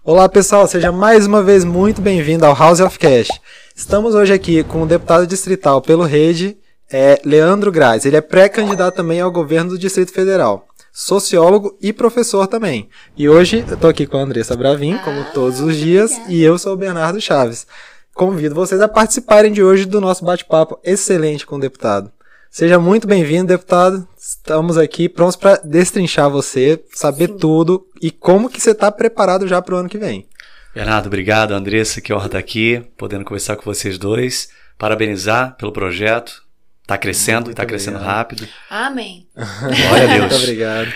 Olá pessoal, seja mais uma vez muito bem-vindo ao House of Cash. Estamos hoje aqui com o deputado distrital pelo Rede, Leandro Graz. Ele é pré-candidato também ao governo do Distrito Federal, sociólogo e professor também. E hoje eu estou aqui com a Andressa Bravin, como todos os dias, e eu sou o Bernardo Chaves. Convido vocês a participarem de hoje do nosso bate-papo excelente com o deputado. Seja muito bem-vindo, deputado. Estamos aqui prontos para destrinchar você, saber tudo e como que você está preparado já para o ano que vem. Bernardo, obrigado. Andressa, que honra estar aqui, podendo conversar com vocês dois. Parabenizar pelo projeto. Está crescendo, está crescendo rápido. Amém. Glória a Deus. Muito obrigado.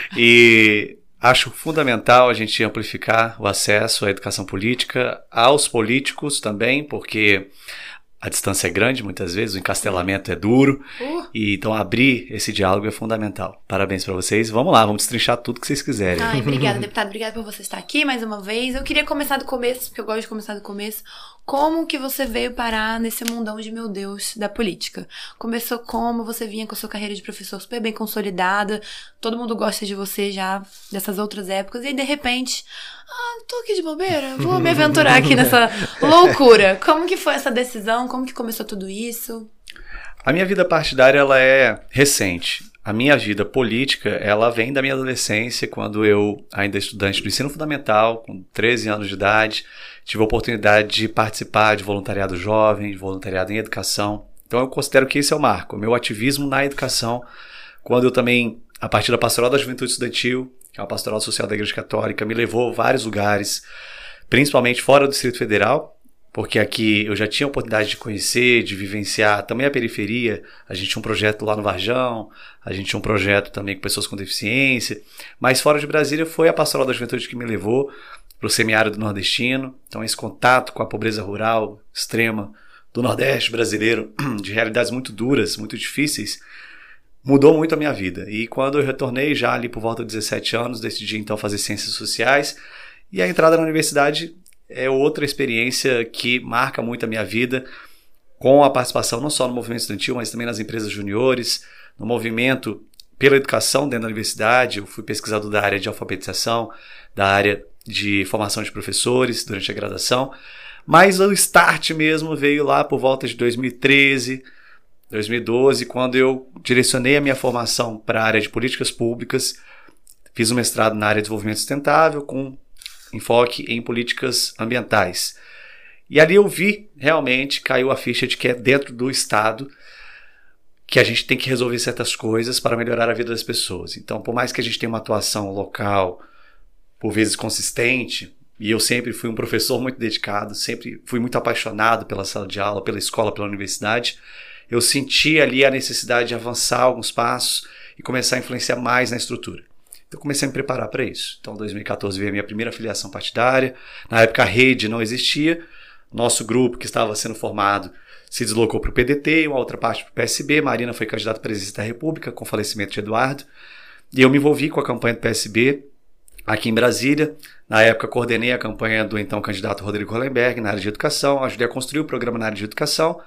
E acho fundamental a gente amplificar o acesso à educação política, aos políticos também, porque a distância é grande, muitas vezes, o encastelamento é duro, e então abrir esse diálogo é fundamental. Parabéns para vocês. Vamos lá, vamos destrinchar tudo que vocês quiserem. Ai, obrigada, deputado. Obrigada por você estar aqui mais uma vez. Eu queria começar do começo, porque eu gosto de começar do começo. Como que você veio parar nesse mundão de meu Deus da política? Começou como? Você vinha com a sua carreira de professor super bem consolidada, todo mundo gosta de você já dessas outras épocas, e aí de repente, tô aqui de bobeira, vou me aventurar aqui nessa loucura. Como que foi essa decisão? Como que começou tudo isso? A minha vida partidária, ela é recente. A minha vida política, ela vem da minha adolescência, quando eu, ainda estudante do ensino fundamental, com 13 anos de idade, tive a oportunidade de participar de voluntariado jovem, de voluntariado em educação. Então eu considero que esse é o marco, o meu ativismo na educação, quando eu também, a partir da Pastoral da Juventude Estudantil, que é uma pastoral social da Igreja Católica, me levou a vários lugares, principalmente fora do Distrito Federal, porque aqui eu já tinha a oportunidade de conhecer, de vivenciar também a periferia. A gente tinha um projeto lá no Varjão, a gente tinha um projeto também com pessoas com deficiência, mas fora de Brasília foi a Pastoral da Juventude que me levou para o semiárido nordestino. Então esse contato com a pobreza rural extrema do Nordeste brasileiro, de realidades muito duras, muito difíceis, mudou muito a minha vida. E quando eu retornei já ali por volta de 17 anos, decidi então fazer Ciências Sociais, e a entrada na universidade é outra experiência que marca muito a minha vida, com a participação não só no movimento estudantil, mas também nas empresas juniores, no movimento pela educação dentro da universidade. Eu fui pesquisador da área de alfabetização, da área de formação de professores durante a graduação, mas o start mesmo veio lá por volta de 2013, 2012, quando eu direcionei a minha formação para a área de políticas públicas, fiz um mestrado na área de desenvolvimento sustentável, com enfoque em políticas ambientais. E ali eu vi, realmente, caiu a ficha de que é dentro do Estado que a gente tem que resolver certas coisas para melhorar a vida das pessoas. Então, por mais que a gente tenha uma atuação local, por vezes consistente, e eu sempre fui um professor muito dedicado, sempre fui muito apaixonado pela sala de aula, pela escola, pela universidade, eu senti ali a necessidade de avançar alguns passos e começar a influenciar mais na estrutura. Eu comecei a me preparar para isso. Então, em 2014 veio a minha primeira filiação partidária. Na época, a rede não existia. Nosso grupo, que estava sendo formado, se deslocou para o PDT e uma outra parte para o PSB. Marina foi candidata à presidência da República, com o falecimento de Eduardo. E eu me envolvi com a campanha do PSB aqui em Brasília. Na época, coordenei a campanha do então candidato Rodrigo Hollenberg na área de educação. Ajudei a construir o programa na área de educação.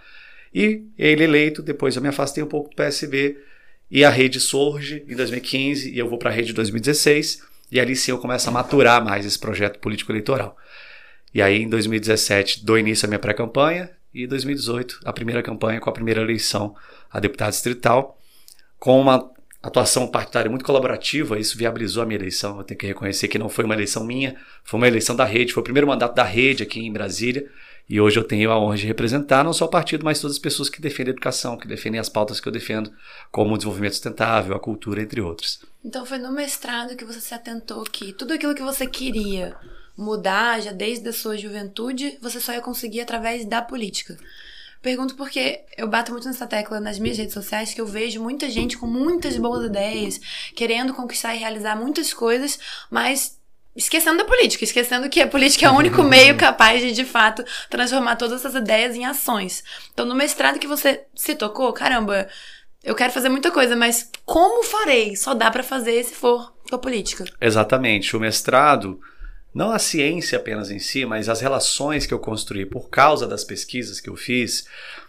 E ele eleito, depois eu me afastei um pouco do PSB. E a rede surge em 2015 e eu vou para a rede em 2016. E ali sim eu começo a maturar mais esse projeto político-eleitoral. E aí em 2017 dou início à minha pré-campanha e em 2018 a primeira campanha com a primeira eleição a deputado distrital. Com uma atuação partidária muito colaborativa, isso viabilizou a minha eleição. Eu tenho que reconhecer que não foi uma eleição minha, foi uma eleição da rede. Foi o primeiro mandato da rede aqui em Brasília. E hoje eu tenho a honra de representar não só o partido, mas todas as pessoas que defendem a educação, que defendem as pautas que eu defendo, como o desenvolvimento sustentável, a cultura, entre outros. Então foi no mestrado que você se atentou que tudo aquilo que você queria mudar, já desde a sua juventude, você só ia conseguir através da política. Pergunto porque eu bato muito nessa tecla nas minhas redes sociais, que eu vejo muita gente com muitas boas ideias, querendo conquistar e realizar muitas coisas, mas esquecendo da política, esquecendo que a política é o único meio capaz de fato, transformar todas essas ideias em ações. Então, no mestrado que você se tocou, caramba, eu quero fazer muita coisa, mas como farei? Só dá pra fazer se for com a política. Exatamente. O mestrado, não a ciência apenas em si, mas as relações que eu construí por causa das pesquisas que eu fiz,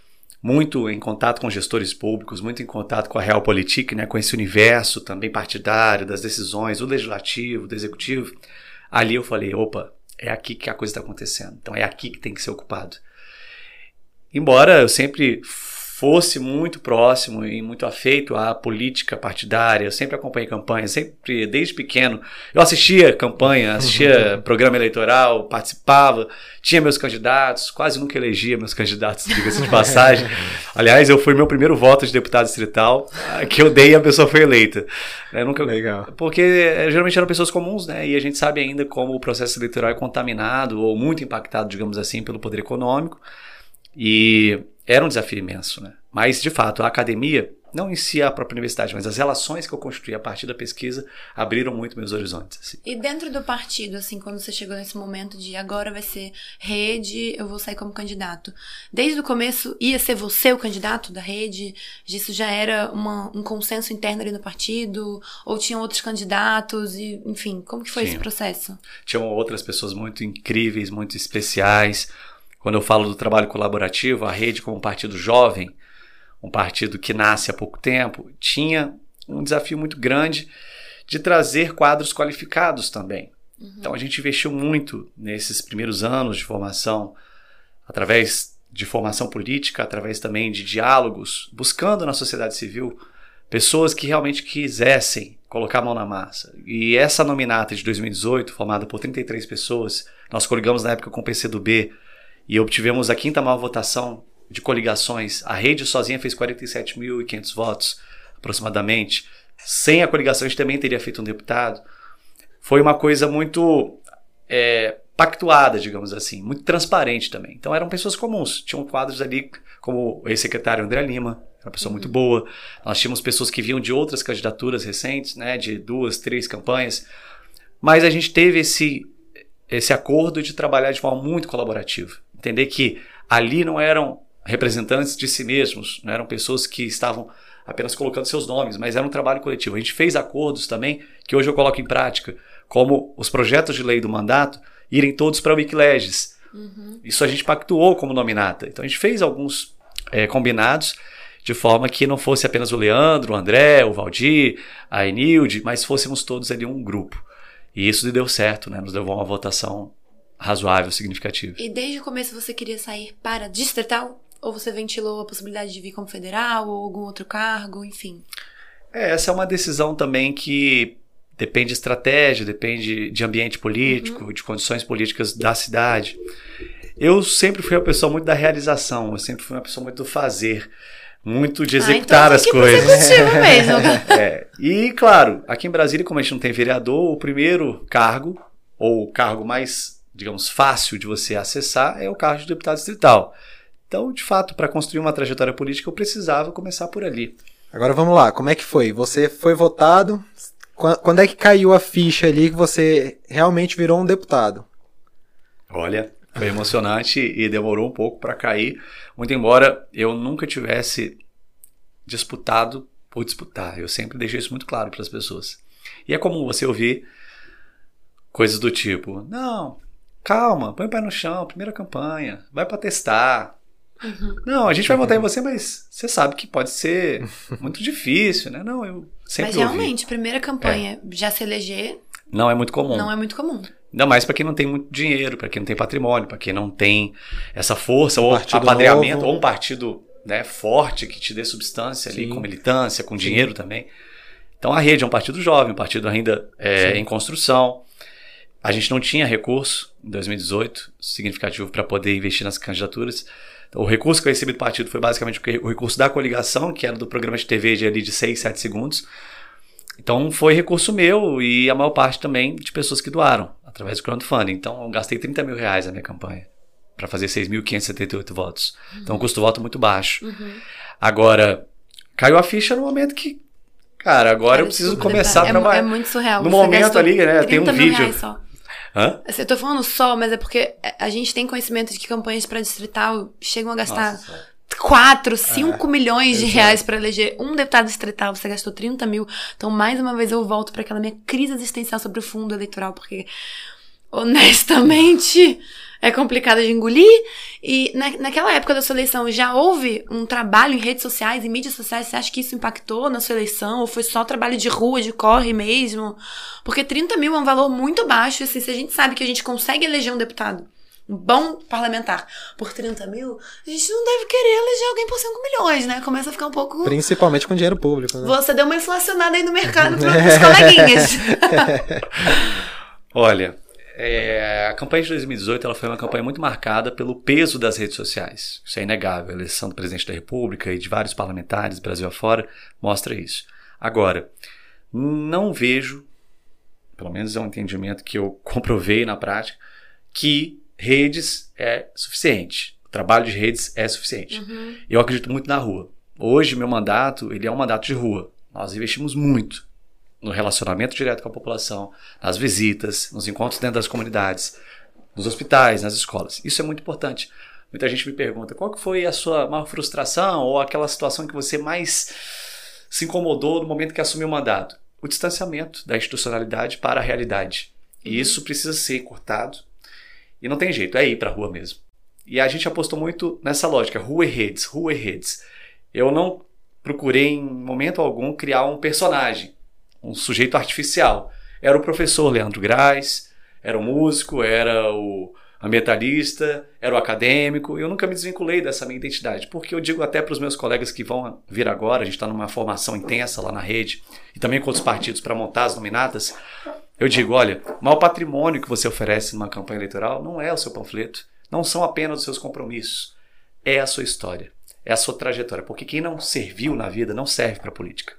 muito em contato com gestores públicos, muito em contato com a realpolitik, né, com esse universo também partidário, das decisões, do legislativo, do executivo. Ali eu falei, opa, é aqui que a coisa está acontecendo. Então é aqui que tem que ser ocupado. Embora eu sempre fosse muito próximo e muito afeito à política partidária, eu sempre acompanhei campanha, sempre, desde pequeno, eu assistia campanha, assistia programa eleitoral, participava, tinha meus candidatos, quase nunca elegia meus candidatos, diga-se de passagem. Aliás, eu fui meu primeiro voto de deputado distrital, que eu dei e a pessoa foi eleita. Nunca, legal. Porque geralmente eram pessoas comuns, né? E a gente sabe ainda como o processo eleitoral é contaminado ou muito impactado, digamos assim, pelo poder econômico. E era um desafio imenso, né? Mas, de fato, a academia, não em si a própria universidade, mas as relações que eu construí a partir da pesquisa abriram muito meus horizontes. Assim. E dentro do partido, assim, quando você chegou nesse momento de agora vai ser rede, eu vou sair como candidato. Desde o começo ia ser você o candidato da rede? Isso já era um consenso interno ali no partido? Ou tinham outros candidatos? E, enfim, como que foi esse processo? Tinham outras pessoas muito incríveis, muito especiais. Quando eu falo do trabalho colaborativo, a rede como um partido jovem, um partido que nasce há pouco tempo, tinha um desafio muito grande de trazer quadros qualificados também. Então a gente investiu muito nesses primeiros anos de formação, através de formação política, através também de diálogos, buscando na sociedade civil pessoas que realmente quisessem colocar a mão na massa. E essa nominata de 2018, formada por 33 pessoas, nós coligamos na época com o PCdoB, e obtivemos a 5ª maior votação de coligações. A rede sozinha fez 47.500 votos, aproximadamente. Sem a coligação, a gente também teria feito um deputado. Foi uma coisa muito pactuada, digamos assim, muito transparente também. Então eram pessoas comuns. Tinham quadros ali, como o ex-secretário André Lima, era uma pessoa muito boa. Nós tínhamos pessoas que vinham de outras candidaturas recentes, né, de 2, 3 campanhas. Mas a gente teve esse acordo de trabalhar de forma muito colaborativa. Entender que ali não eram representantes de si mesmos, não eram pessoas que estavam apenas colocando seus nomes, mas era um trabalho coletivo. A gente fez acordos também, que hoje eu coloco em prática, como os projetos de lei do mandato irem todos para o Wikileges. Isso a gente pactuou como nominata. Então a gente fez alguns combinados, de forma que não fosse apenas o Leandro, o André, o Valdir, a Enilde, mas fôssemos todos ali um grupo. E isso deu certo, né? Nos levou a uma votação razoável, significativa. E desde o começo você queria sair para distrital? Ou você ventilou a possibilidade de vir como federal ou algum outro cargo, enfim? Essa é uma decisão também que depende de estratégia, depende de ambiente político, de condições políticas da cidade. Eu sempre fui uma pessoa muito da realização, eu sempre fui uma pessoa muito do fazer, muito de executar as coisas. Mesmo. E, claro, aqui em Brasília, como a gente não tem vereador, o primeiro cargo, ou o cargo mais, digamos, fácil de você acessar é o cargo de deputado distrital. Então, de fato, para construir uma trajetória política, eu precisava começar por ali. Agora vamos lá, como é que foi? Você foi votado, quando é que caiu a ficha ali que você realmente virou um deputado? Olha, foi emocionante e demorou um pouco para cair, muito embora eu nunca tivesse disputado por disputar. Eu sempre deixei isso muito claro para as pessoas. E é comum você ouvir coisas do tipo, não, calma, põe o pé no chão, primeira campanha, vai para testar. Não, a gente vai votar em você, mas você sabe que pode ser muito difícil, né? Não, eu sempre ouvi. Mas realmente, primeira campanha, já se eleger... Não é muito comum. Não é muito comum. Ainda mais para quem não tem muito dinheiro, para quem não tem patrimônio, para quem não tem essa força ou apadrinhamento, ou um partido, né, forte que te dê substância ali, com militância, com dinheiro também. Então a rede é um partido jovem, um partido ainda em construção. A gente não tinha recurso em 2018 significativo para poder investir nas candidaturas. Então, o recurso que eu recebi do partido foi basicamente o recurso da coligação, que era do programa de TV de 6, 7 segundos. Então foi recurso meu e a maior parte também de pessoas que doaram, através do crowdfunding. Então eu gastei R$30 mil na minha campanha, para fazer 6.578 votos. Então um custo-voto muito baixo. Agora, caiu a ficha no momento que, cara, agora eu preciso começar a trabalhar. É muito surreal. No momento ali, né, tem um vídeo... Só. Hã? Eu tô falando só, mas é porque a gente tem conhecimento de que campanhas para distrital chegam a gastar 4, 5 milhões de reais para eleger um deputado distrital. Você gastou 30 mil. Então, mais uma vez, eu volto para aquela minha crise existencial sobre o fundo eleitoral, porque, honestamente, é complicada de engolir. E naquela época da sua eleição, já houve um trabalho em redes sociais, em mídias sociais? Você acha que isso impactou na sua eleição? Ou foi só trabalho de rua, de corre mesmo? Porque 30 mil é um valor muito baixo. Assim, se a gente sabe que a gente consegue eleger um deputado, um bom parlamentar, por 30 mil, a gente não deve querer eleger alguém por 5 milhões, né? Começa a ficar um pouco... Principalmente com dinheiro público, né? Você deu uma inflacionada aí no mercado para os coleguinhas. Olha, a campanha de 2018 ela foi uma campanha muito marcada pelo peso das redes sociais. Isso é inegável. A eleição do presidente da República e de vários parlamentares, Brasil afora, mostra isso. Agora, não vejo, pelo menos é um entendimento que eu comprovei na prática, que redes é suficiente. O trabalho de redes é suficiente. Eu acredito muito na rua. Hoje, meu mandato, ele é um mandato de rua. Nós investimos muito no relacionamento direto com a população, nas visitas, nos encontros dentro das comunidades, nos hospitais, nas escolas. Isso é muito importante. Muita gente me pergunta, qual que foi a sua maior frustração ou aquela situação que você mais se incomodou no momento que assumiu o mandato? O distanciamento da institucionalidade para a realidade. E isso precisa ser cortado. E não tem jeito, é ir para a rua mesmo. E a gente apostou muito nessa lógica, rua e redes, rua e redes. Eu não procurei em momento algum criar um personagem, um sujeito artificial. Era o professor Leandro Graz, era o músico, era o ambientalista, era o acadêmico. Eu nunca me desvinculei dessa minha identidade, porque eu digo até para os meus colegas que vão vir agora, a gente está numa formação intensa lá na rede, e também com outros partidos para montar as nominatas. Eu digo, olha, o maior patrimônio que você oferece numa campanha eleitoral não é o seu panfleto, não são apenas os seus compromissos, é a sua história, é a sua trajetória, porque quem não serviu na vida não serve para a política.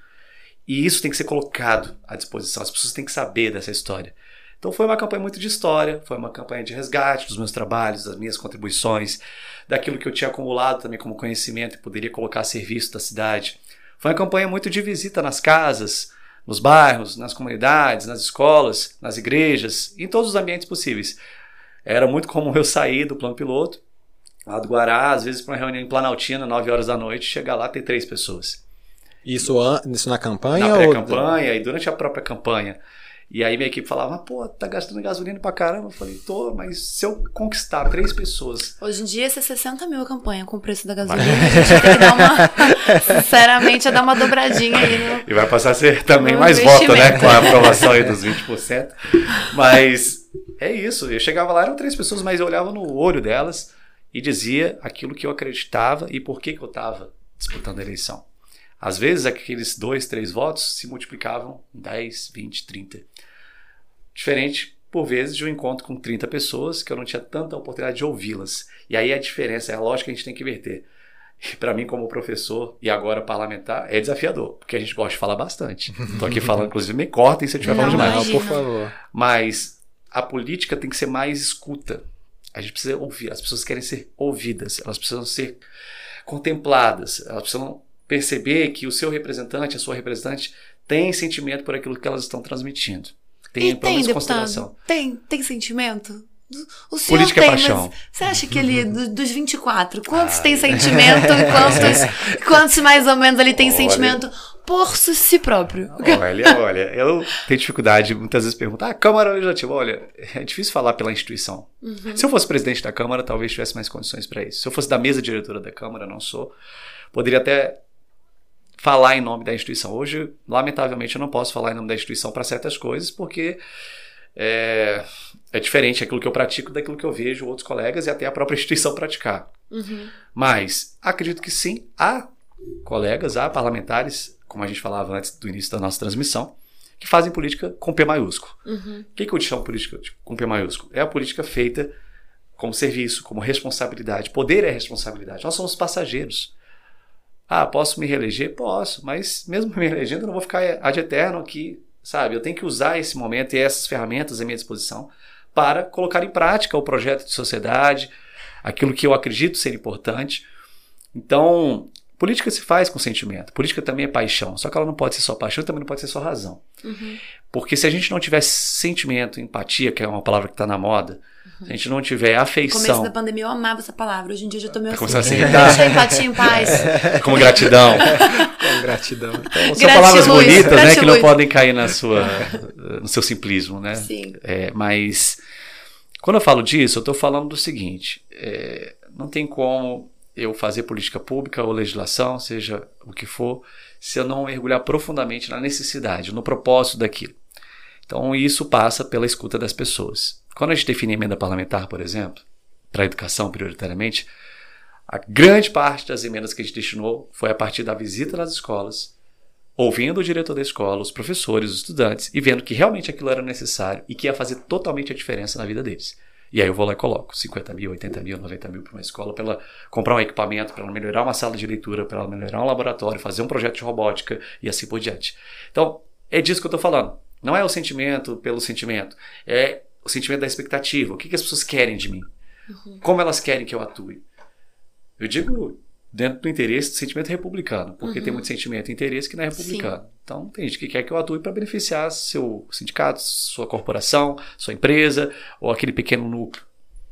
E isso tem que ser colocado à disposição, as pessoas têm que saber dessa história. Então foi uma campanha muito de história, foi uma campanha de resgate dos meus trabalhos, das minhas contribuições, daquilo que eu tinha acumulado também como conhecimento e poderia colocar a serviço da cidade. Foi uma campanha muito de visita nas casas, nos bairros, nas comunidades, nas escolas, nas igrejas, em todos os ambientes possíveis. Era muito comum eu sair do plano piloto, lá do Guará, às vezes para uma reunião em Planaltina, 9 horas da noite, chegar lá ter 3 pessoas. Isso na campanha? Na pré-campanha e durante a própria campanha. E aí minha equipe falava, pô, tá gastando gasolina pra caramba. Eu falei, tô, mas se eu conquistar 3 pessoas... Hoje em dia, esse é 60 mil a campanha com o preço da gasolina. A gente tem que dar uma... Sinceramente, dar uma dobradinha aí. E vai passar a ser também mais voto, né? Com a aprovação aí dos 20%. Mas é isso. Eu chegava lá, eram 3 pessoas, mas eu olhava no olho delas e dizia aquilo que eu acreditava e por que eu estava disputando a eleição. Às vezes, aqueles 2, 3 votos se multiplicavam em 10, 20, 30. Diferente, por vezes, de um encontro com 30 pessoas que eu não tinha tanta oportunidade de ouvi-las. E aí a diferença, é a lógica que a gente tem que inverter. E para mim, como professor e agora parlamentar, é desafiador, porque a gente gosta de falar bastante. Estou aqui falando, inclusive, me cortem se eu estiver falando demais. Não, por favor. Mas a política tem que ser mais escuta. A gente precisa ouvir. As pessoas querem ser ouvidas, elas precisam ser contempladas, elas precisam perceber que o seu representante, a sua representante, tem sentimento por aquilo que elas estão transmitindo. Tem, pelo menos, consideração. Tem sentimento? O senhor política tem, é paixão. Mas você acha que ele, dos 24, quantos tem sentimento e quantos mais ou menos ele tem sentimento por si próprio? Olha, eu tenho dificuldade, muitas vezes pergunto, Câmara Legislativa, olha, é difícil falar pela instituição. Se eu fosse presidente da Câmara, talvez tivesse mais condições para isso. Se eu fosse da mesa diretora da Câmara, não sou, poderia até falar em nome da instituição. Hoje, lamentavelmente, eu não posso falar em nome da instituição para certas coisas, porque é diferente aquilo que eu pratico daquilo que eu vejo outros colegas e até a própria instituição praticar. Mas acredito que sim, há colegas, há parlamentares, como a gente falava antes do início da nossa transmissão, que fazem política com P maiúsculo. O que eu chamo política com P maiúsculo? É a política feita como serviço, como responsabilidade. Poder é responsabilidade. Nós somos passageiros. Posso me reeleger? Posso, mas mesmo me reelegendo eu não vou ficar ad eterno aqui, sabe? Eu tenho que usar esse momento e essas ferramentas à minha disposição para colocar em prática o projeto de sociedade, aquilo que eu acredito ser importante. Então, política se faz com sentimento. Política também é paixão, só que ela não pode ser só paixão e também não pode ser só razão. Porque se a gente não tiver sentimento, empatia, que é uma palavra que está na moda, se a gente não tiver afeição... No começo da pandemia eu amava essa palavra, hoje em dia eu já tô meio assim. Deixa a empatia em paz. Como gratidão. Com gratidão. Então, são palavras bonitas, né, que não podem cair no seu simplismo, né? Sim. Mas Quando eu falo disso, eu estou falando do seguinte, não tem como eu fazer política pública ou legislação, seja o que for, se eu não mergulhar profundamente na necessidade, no propósito daquilo. Então isso passa pela escuta das pessoas. Quando a gente define emenda parlamentar, por exemplo, para a educação prioritariamente, a grande parte das emendas que a gente destinou foi a partir da visita nas escolas, ouvindo o diretor da escola, os professores, os estudantes, e vendo que realmente aquilo era necessário e que ia fazer totalmente a diferença na vida deles. E aí eu vou lá e coloco 50 mil, 80 mil, 90 mil para uma escola, para ela comprar um equipamento, para ela melhorar uma sala de leitura, para ela melhorar um laboratório, fazer um projeto de robótica e assim por diante. Então, é disso que eu estou falando. Não é o sentimento pelo sentimento, é o sentimento da expectativa. O que as pessoas querem de mim? Como elas querem que eu atue? Eu digo dentro do interesse do sentimento republicano, porque tem muito sentimento e interesse que não é republicano. Sim. Então, tem gente que quer que eu atue para beneficiar seu sindicato, sua corporação, sua empresa ou aquele pequeno núcleo.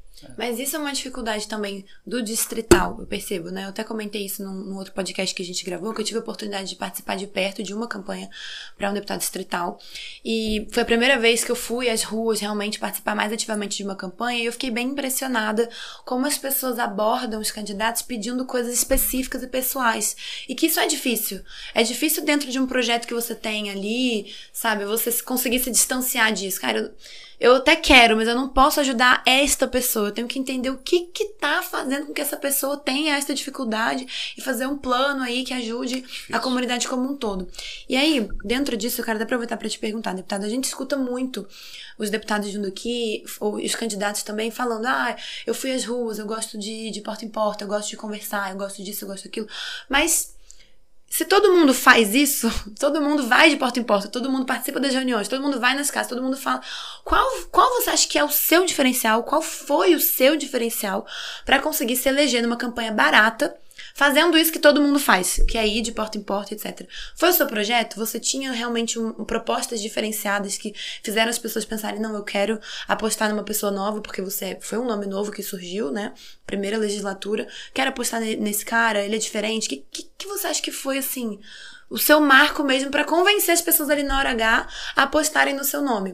Mas isso é uma dificuldade também do distrital, eu percebo, né? Eu até comentei isso num outro podcast que a gente gravou, que eu tive a oportunidade de participar de perto de uma campanha para um deputado distrital. E foi a primeira vez que eu fui às ruas realmente participar mais ativamente de uma campanha, e eu fiquei bem impressionada como as pessoas abordam os candidatos pedindo coisas específicas e pessoais. E que isso é difícil. É difícil dentro de um projeto que você tem ali, sabe? Você conseguir se distanciar disso. Cara, eu até quero, mas eu não posso ajudar esta pessoa. Eu tenho que entender o que tá fazendo com que essa pessoa tenha essa dificuldade e fazer um plano aí que ajude a comunidade como um todo. E aí, dentro disso, eu quero até aproveitar para te perguntar, deputado, a gente escuta muito os deputados vindo aqui, ou os candidatos também, falando, eu fui às ruas, eu gosto de porta em porta, eu gosto de conversar, eu gosto disso, eu gosto daquilo. Mas se todo mundo faz isso, todo mundo vai de porta em porta, todo mundo participa das reuniões, todo mundo vai nas casas, todo mundo fala, qual você acha que é o seu diferencial? Qual foi o seu diferencial para conseguir se eleger numa campanha barata, fazendo isso que todo mundo faz, que é ir de porta em porta, etc. Foi o seu projeto? Você tinha realmente propostas diferenciadas que fizeram as pessoas pensarem, não, eu quero apostar numa pessoa nova, porque foi um nome novo que surgiu, né? Primeira legislatura. Quero apostar nesse cara, ele é diferente. O que você acha que foi, assim, o seu marco mesmo para convencer as pessoas ali na hora H a apostarem no seu nome?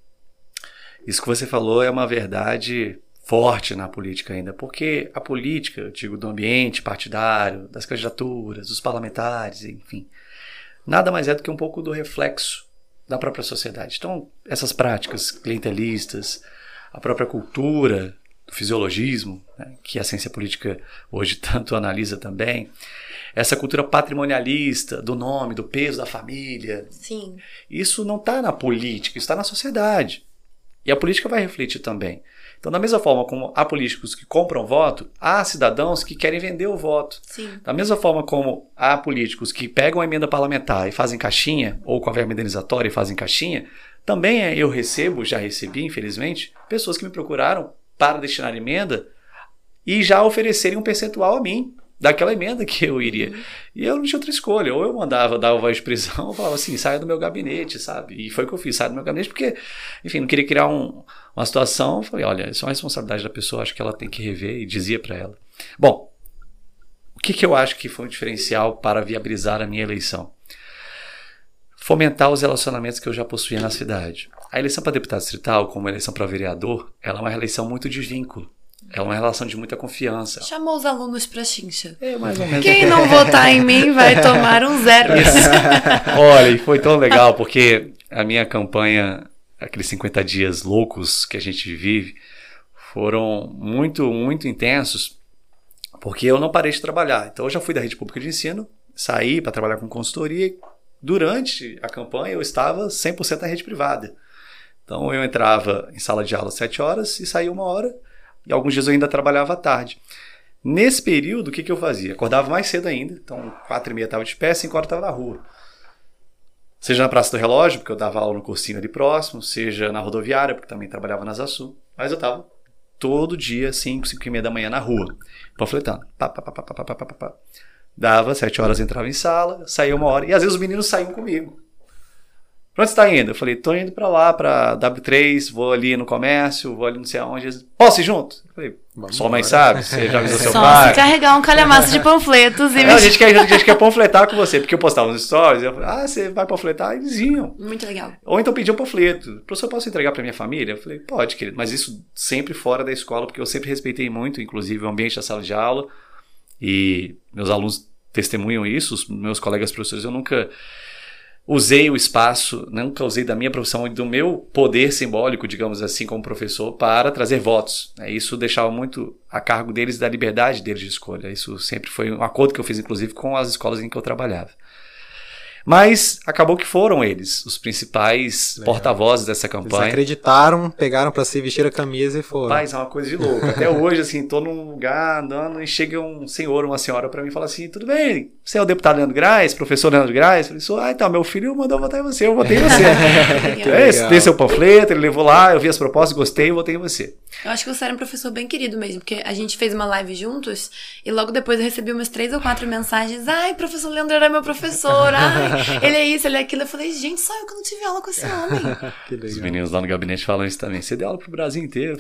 Isso que você falou é uma verdade forte na política ainda, porque a política, eu digo, do ambiente partidário, das candidaturas, dos parlamentares, enfim, nada mais é do que um pouco do reflexo da própria sociedade. Então, essas práticas clientelistas, a própria cultura do fisiologismo, né, que a ciência política hoje tanto analisa também, essa cultura patrimonialista do nome, do peso da família. Sim. Isso não está na política, isso está na sociedade. E a política vai refletir também. Então, da mesma forma como há políticos que compram voto, há cidadãos que querem vender o voto. Sim. Da mesma forma como há políticos que pegam a emenda parlamentar e fazem caixinha, ou com a verba indenizatória e fazem caixinha, também eu já recebi, infelizmente, pessoas que me procuraram para destinar emenda e já oferecerem um percentual a mim daquela emenda que eu iria. E eu não tinha outra escolha. Ou eu dava voz de prisão, ou falava assim, saia do meu gabinete, sabe? E foi o que eu fiz, saia do meu gabinete, porque, enfim, não queria criar uma situação. Eu falei, olha, isso é uma responsabilidade da pessoa, acho que ela tem que rever, e dizia para ela. Bom, o que eu acho que foi um diferencial para viabilizar a minha eleição? Fomentar os relacionamentos que eu já possuía na cidade. A eleição para deputado distrital, como a eleição para vereador, ela é uma eleição muito de vínculo. É uma relação de muita confiança. Chamou os alunos pra chincha. Mais ou menos. Quem não votar em mim vai tomar um 0. Olha, e foi tão legal, porque a minha campanha, aqueles 50 dias loucos que a gente vive, foram muito, muito intensos, porque eu não parei de trabalhar. Então eu já fui da rede pública de ensino, saí para trabalhar com consultoria. Durante a campanha eu estava 100% na rede privada. Então eu entrava em sala de aula às 7 horas e saía 1 hora. E alguns dias eu ainda trabalhava à tarde. Nesse período, o que eu fazia? Acordava mais cedo ainda. Então, 4h30 estava de pé, 5 horas estava na rua. Seja na Praça do Relógio, porque eu dava aula no cursinho ali próximo. Seja na rodoviária, porque também trabalhava na Zasul. Mas eu estava todo dia, 5h30 da manhã na rua, panfletando. Dava 7 horas, entrava em sala, saía 1 hora. E às vezes os meninos saíam comigo. Pra onde você tá indo? Eu falei, tô indo pra lá, pra W3, vou ali no comércio, vou ali não sei aonde. Posso ir junto? Eu falei, sua mãe sabe? Você já avisou seu Só pai? se carregar um calhamaço de panfletos e A gente quer panfletar com você, porque eu postava nos stories, eu falei, você vai panfletar? Eles iam. Muito legal. Ou então pediam panfleto. Professor, posso entregar pra minha família? Eu falei, pode, querido, mas isso sempre fora da escola, porque eu sempre respeitei muito, inclusive, o ambiente da sala de aula, e meus alunos testemunham isso, os meus colegas professores, eu nunca usei o espaço, nunca usei da minha profissão e do meu poder simbólico, digamos assim, como professor, para trazer votos. Isso deixava muito a cargo deles, da liberdade deles de escolha. Isso sempre foi um acordo que eu fiz, inclusive, com as escolas em que eu trabalhava. Mas acabou que foram eles os principais porta-vozes dessa campanha. Eles acreditaram, pegaram pra si, vestiram a camisa e foram. Rapaz, é uma coisa de louco. Até hoje, assim, tô num lugar andando e chega um senhor, uma senhora pra mim e fala assim, tudo bem, você é o deputado Leandro Graz, professor Leandro Graz? Eu falei, então, meu filho mandou votar em você, eu votei em você. Tem seu panfleto, ele levou lá, eu vi as propostas, gostei, eu votei em você. Eu acho que você era um professor bem querido mesmo, porque a gente fez uma live juntos e logo depois eu recebi umas 3 ou 4 mensagens, professor Leandro era meu professor, ele é isso, ele é aquilo. Eu falei, gente, só eu que não tive aula com esse homem. Que legal. Os meninos lá no gabinete falam isso também. Você deu aula pro Brasil inteiro.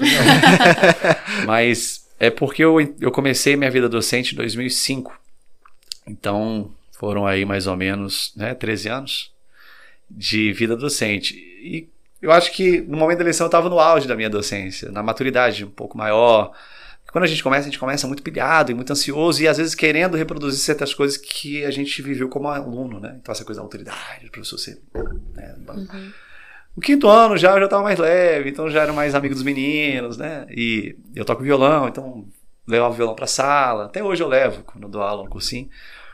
Mas é porque eu comecei minha vida docente em 2005. Então, foram aí mais ou menos 13 anos de vida docente. E eu acho que no momento da eleição eu estava no auge da minha docência, na maturidade um pouco maior. Quando a gente começa muito pilhado e muito ansioso e às vezes querendo reproduzir certas coisas que a gente viveu como aluno, né? Então essa coisa da autoridade, do professor ser... No 5º ano eu já estava mais leve, então já era mais amigo dos meninos, né? E eu toco violão, então levava o violão para a sala. Até hoje eu levo, quando eu dou aula no cursinho.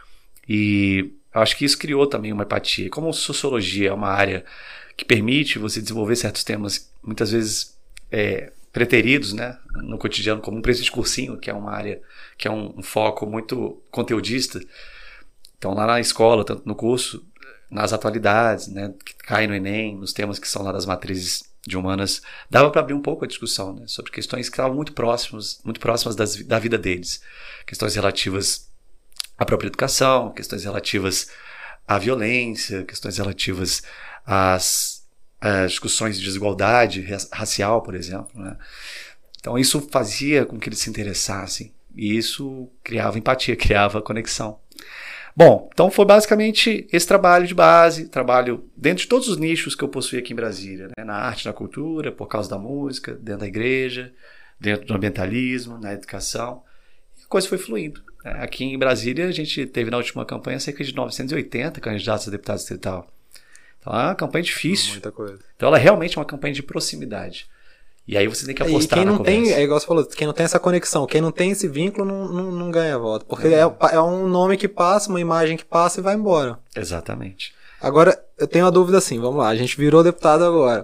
E eu acho que isso criou também uma empatia. Como sociologia é uma área que permite você desenvolver certos temas, muitas vezes... preteridos, né, no cotidiano, como um preço de cursinho, que é uma área, que é um foco muito conteudista. Então, lá na escola, tanto no curso, nas atualidades, né, que caem no Enem, nos temas que são lá das matrizes de humanas, dava para abrir um pouco a discussão, né, sobre questões que estavam muito próximas da vida deles. Questões relativas à própria educação, questões relativas à violência, questões relativas às discussões de desigualdade racial, por exemplo, né? Então isso fazia com que eles se interessassem e isso criava empatia, criava conexão. Bom, então foi basicamente esse trabalho de base, trabalho dentro de todos os nichos que eu possuí aqui em Brasília, né? Na arte, na cultura, por causa da música, dentro da igreja, dentro do ambientalismo, na educação, e a coisa foi fluindo. Aqui em Brasília a gente teve na última campanha cerca de 980 candidatos a deputado distrital. Então é uma campanha difícil. Muita coisa. Então ela é realmente uma campanha de proximidade. E aí você tem que apostar quem na não conversa. tem, igual você falou, quem não tem essa conexão, quem não tem esse vínculo não ganha voto. Porque é um nome que passa, uma imagem que passa e vai embora. Exatamente. Agora, eu tenho uma dúvida assim, vamos lá, a gente virou deputado agora.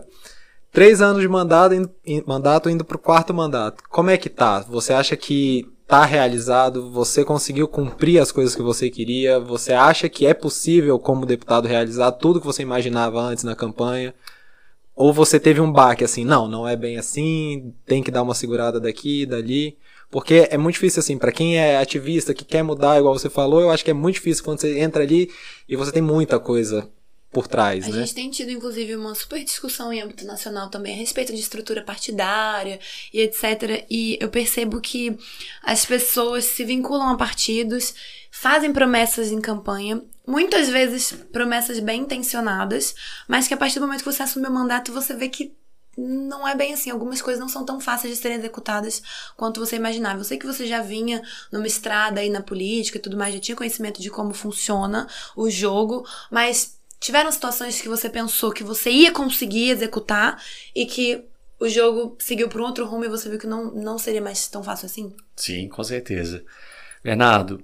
3 anos de mandato indo pro 4º mandato. Como é que tá? Você acha que tá realizado? Você conseguiu cumprir as coisas que você queria? Você acha que é possível, como deputado, realizar tudo que você imaginava antes na campanha? Ou você teve um baque assim, não é bem assim, tem que dar uma segurada daqui, dali? Porque é muito difícil assim, pra quem é ativista, que quer mudar, igual você falou, eu acho que é muito difícil quando você entra ali e você tem muita coisa por trás, A né? gente tem tido, inclusive, uma super discussão em âmbito nacional também a respeito de estrutura partidária e etc. E eu percebo que as pessoas se vinculam a partidos, fazem promessas em campanha, muitas vezes promessas bem intencionadas, mas que a partir do momento que você assume o mandato, você vê que não é bem assim. Algumas coisas não são tão fáceis de serem executadas quanto você imaginava. Eu sei que você já vinha numa estrada aí na política e tudo mais, já tinha conhecimento de como funciona o jogo, mas tiveram situações que você pensou que você ia conseguir executar e que o jogo seguiu por um outro rumo e você viu que não seria mais tão fácil assim? Sim, com certeza. Bernardo,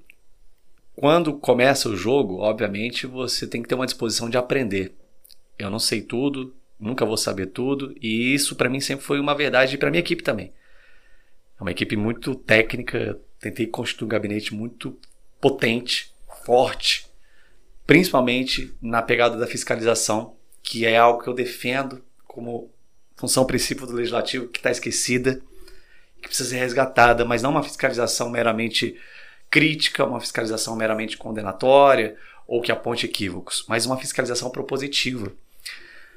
quando começa o jogo, obviamente, você tem que ter uma disposição de aprender. Eu não sei tudo, nunca vou saber tudo, e isso para mim sempre foi uma verdade e para minha equipe também. É uma equipe muito técnica, tentei construir um gabinete muito potente, forte, principalmente na pegada da fiscalização, que é algo que eu defendo como função princípio do legislativo, que está esquecida, que precisa ser resgatada, mas não uma fiscalização meramente crítica, uma fiscalização meramente condenatória ou que aponte equívocos, mas uma fiscalização propositiva.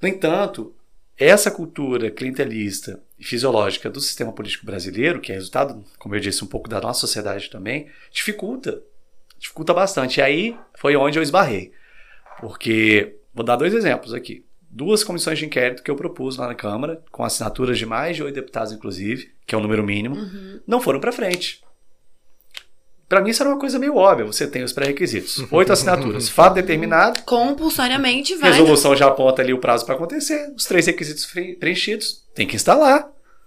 No entanto, essa cultura clientelista e fisiológica do sistema político brasileiro, que é resultado, como eu disse, um pouco da nossa sociedade também, dificulta bastante. E aí foi onde eu esbarrei. Porque, vou dar 2 exemplos aqui. 2 comissões de inquérito que eu propus lá na Câmara, com assinaturas de mais de 8 deputados, inclusive, que é o número mínimo, não foram para frente. Para mim, isso era uma coisa meio óbvia. Você tem os pré-requisitos. 8 assinaturas. Fato determinado. Compulsoriamente vai. Resolução já aponta ali o prazo para acontecer. Os 3 requisitos preenchidos. Tem que instalar.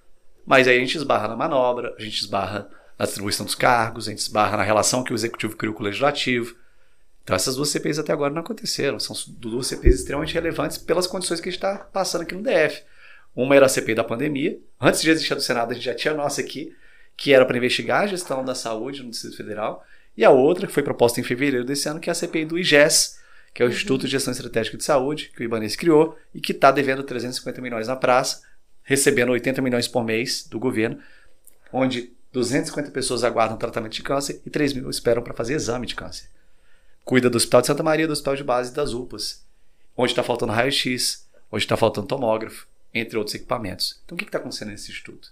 Mas aí a gente esbarra na manobra, a gente esbarra na distribuição dos cargos, a gente esbarra na relação que o Executivo criou com o Legislativo. Então essas 2 CPIs até agora não aconteceram. São 2 CPIs extremamente relevantes pelas condições que a gente está passando aqui no DF. Uma era a CPI da pandemia. Antes de existir a do Senado, a gente já tinha a nossa aqui, que era para investigar a gestão da saúde no Distrito Federal. E a outra, que foi proposta em fevereiro desse ano, que é a CPI do IGES, que é o Instituto de Gestão Estratégica de Saúde, que o Ibanez criou e que está devendo 350 milhões na praça, recebendo 80 milhões por mês do governo, onde 250 pessoas aguardam tratamento de câncer e 3 mil esperam para fazer exame de câncer. Cuida do Hospital de Santa Maria, do Hospital de Base e das UPAs, onde está faltando raio-x, onde está faltando tomógrafo, entre outros equipamentos. Então o que está acontecendo nesse instituto?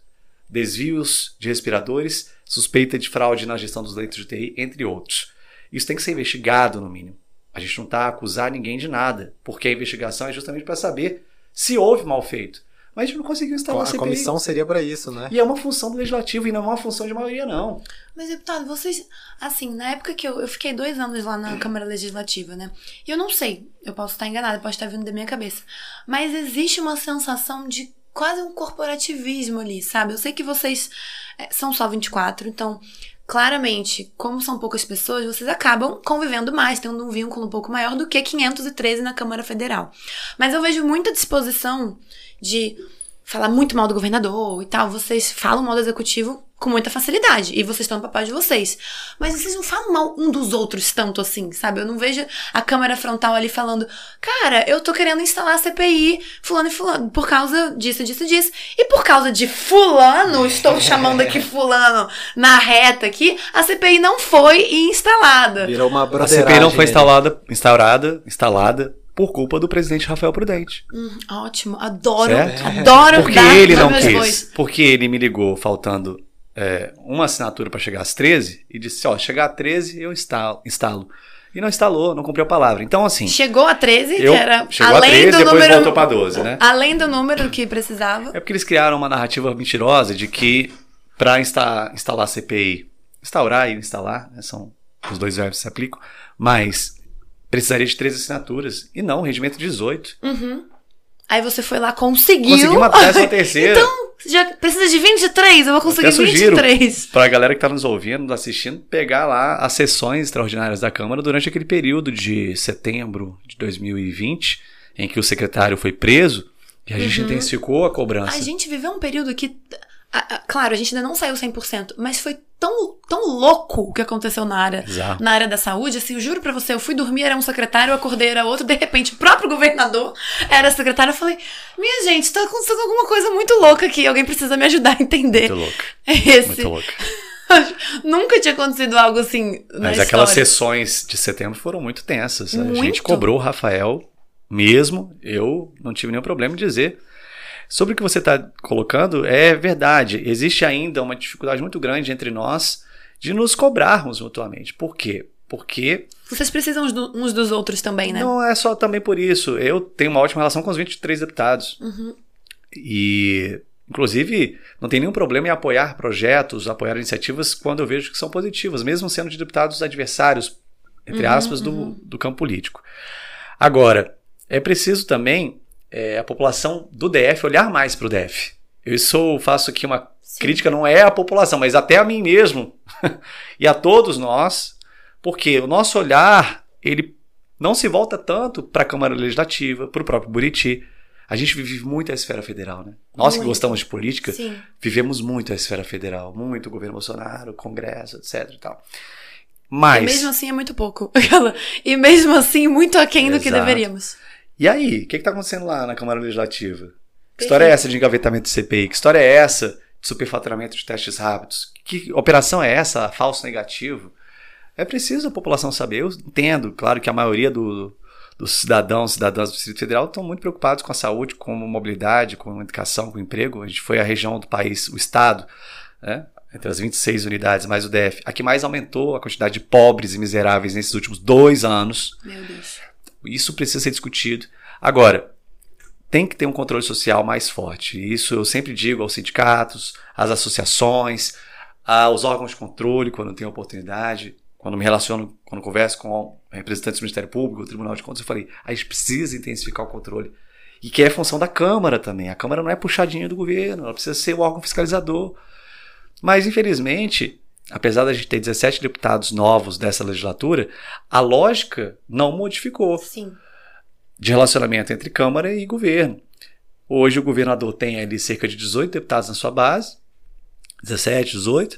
Desvios de respiradores, suspeita de fraude na gestão dos leitos de UTI, entre outros. Isso tem que ser investigado, no mínimo. A gente não está a acusar ninguém de nada, porque a investigação é justamente para saber se houve mal feito. Mas a gente não conseguiu instalar a CPI. A comissão seria para isso, né? E é uma função do Legislativo e não é uma função de maioria, não. Mas, deputado, vocês... Assim, na época que eu fiquei 2 anos lá na Câmara Legislativa, né? E eu não sei, eu posso estar enganada, pode estar vindo da minha cabeça. Mas existe uma sensação de quase um corporativismo ali, sabe? Eu sei que vocês são só 24, então... Claramente, como são poucas pessoas, vocês acabam convivendo mais, tendo um vínculo um pouco maior do que 513 na Câmara Federal. Mas eu vejo muita disposição de falar muito mal do governador e tal. Vocês falam mal do executivo com muita facilidade, e vocês estão no papel de vocês. Mas vocês não falam mal um dos outros tanto assim, sabe? Eu não vejo a Câmara Frontal ali falando: cara, eu tô querendo instalar a CPI, fulano e fulano, por causa disso, disso, disso. E por causa de fulano, estou chamando aqui fulano na reta aqui, a CPI não foi instalada. Virou uma A broderagem. CPI não foi instalada por culpa do presidente Rafael Prudente. Ótimo, adoro, Certo? adoro. Porque dar ele não meus quis. bois. Porque ele me ligou faltando uma assinatura para chegar às 13 e disse: ó, chegar a 13 eu instalo. E não instalou, não cumpriu a palavra. Então, assim... Chegou a 13, que era chegou além a 13 do depois número... voltou para 12, né? Além do número que precisava. É porque eles criaram uma narrativa mentirosa de que para instalar a CPI, instaurar e instalar, né, são os 2 verbos que se aplicam, mas precisaria de 13 assinaturas. E não, regimento 18. Aí você foi lá, conseguiu. Consegui uma 13ª. Então, já precisa de 23, eu vou conseguir Até sugiro 23. para a galera que está nos ouvindo, nos assistindo, pegar lá as sessões extraordinárias da Câmara durante aquele período de setembro de 2020, em que o secretário foi preso, e a gente intensificou a cobrança. A gente viveu um período que... Claro, a gente ainda não saiu 100%, mas foi tão louco o que aconteceu na área da saúde. Assim, eu juro pra você, eu fui dormir, era um secretário, eu acordei, era outro, de repente o próprio governador era secretário. Eu falei: minha gente, tá acontecendo alguma coisa muito louca aqui, alguém precisa me ajudar a entender. Muito louca. Muito louca. Nunca tinha acontecido algo assim na Mas história. aquelas sessões de setembro foram muito tensas. Muito. A gente cobrou o Rafael mesmo, eu não tive nenhum problema em dizer. Sobre o que você está colocando, é verdade. Existe ainda uma dificuldade muito grande entre nós de nos cobrarmos mutuamente. Por quê? Porque... Vocês precisam uns dos outros também, né? Não é só também por isso. Eu tenho uma ótima relação com os 23 deputados. E, inclusive, não tem nenhum problema em apoiar projetos, apoiar iniciativas quando eu vejo que são positivas, mesmo sendo de deputados adversários, entre aspas, do campo político. Agora, é preciso também... a população do DF olhar mais para o DF. Eu faço aqui uma crítica, não é à população, mas até a mim mesmo e a todos nós, porque o nosso olhar, ele não se volta tanto para a Câmara Legislativa, para o próprio Buriti. A gente vive muito a esfera federal, né? Nós que gostamos de política, vivemos muito a esfera federal, muito o governo Bolsonaro, Congresso, etc. E tal. Mas... E mesmo assim é muito pouco. E mesmo assim muito aquém do que deveríamos. E aí, o que está acontecendo lá na Câmara Legislativa? Que história é essa de engavetamento de CPI? Que história é essa de superfaturamento de testes rápidos? Que operação é essa, falso negativo? É preciso a população saber. Eu entendo, claro, que a maioria do dos cidadãos e cidadãs do Distrito Federal estão muito preocupados com a saúde, com a mobilidade, com a educação, com o emprego. A gente foi a região do país, o estado, né, entre as 26 unidades mais o DF, a que mais aumentou a quantidade de pobres e miseráveis nesses últimos 2 anos. Meu Deus. Isso precisa ser discutido. Agora, tem que ter um controle social mais forte. Isso eu sempre digo aos sindicatos, às associações, aos órgãos de controle, quando tem oportunidade. Quando me relaciono, quando converso com representantes do Ministério Público, do Tribunal de Contas, eu falei, a gente precisa intensificar o controle. E que é função da Câmara também. A Câmara não é puxadinha do governo, ela precisa ser o órgão fiscalizador. Mas, infelizmente, apesar da gente ter 17 deputados novos dessa legislatura, a lógica não modificou. Sim. De relacionamento entre Câmara e governo. Hoje o governador tem ali cerca de 18 deputados na sua base, 17, 18,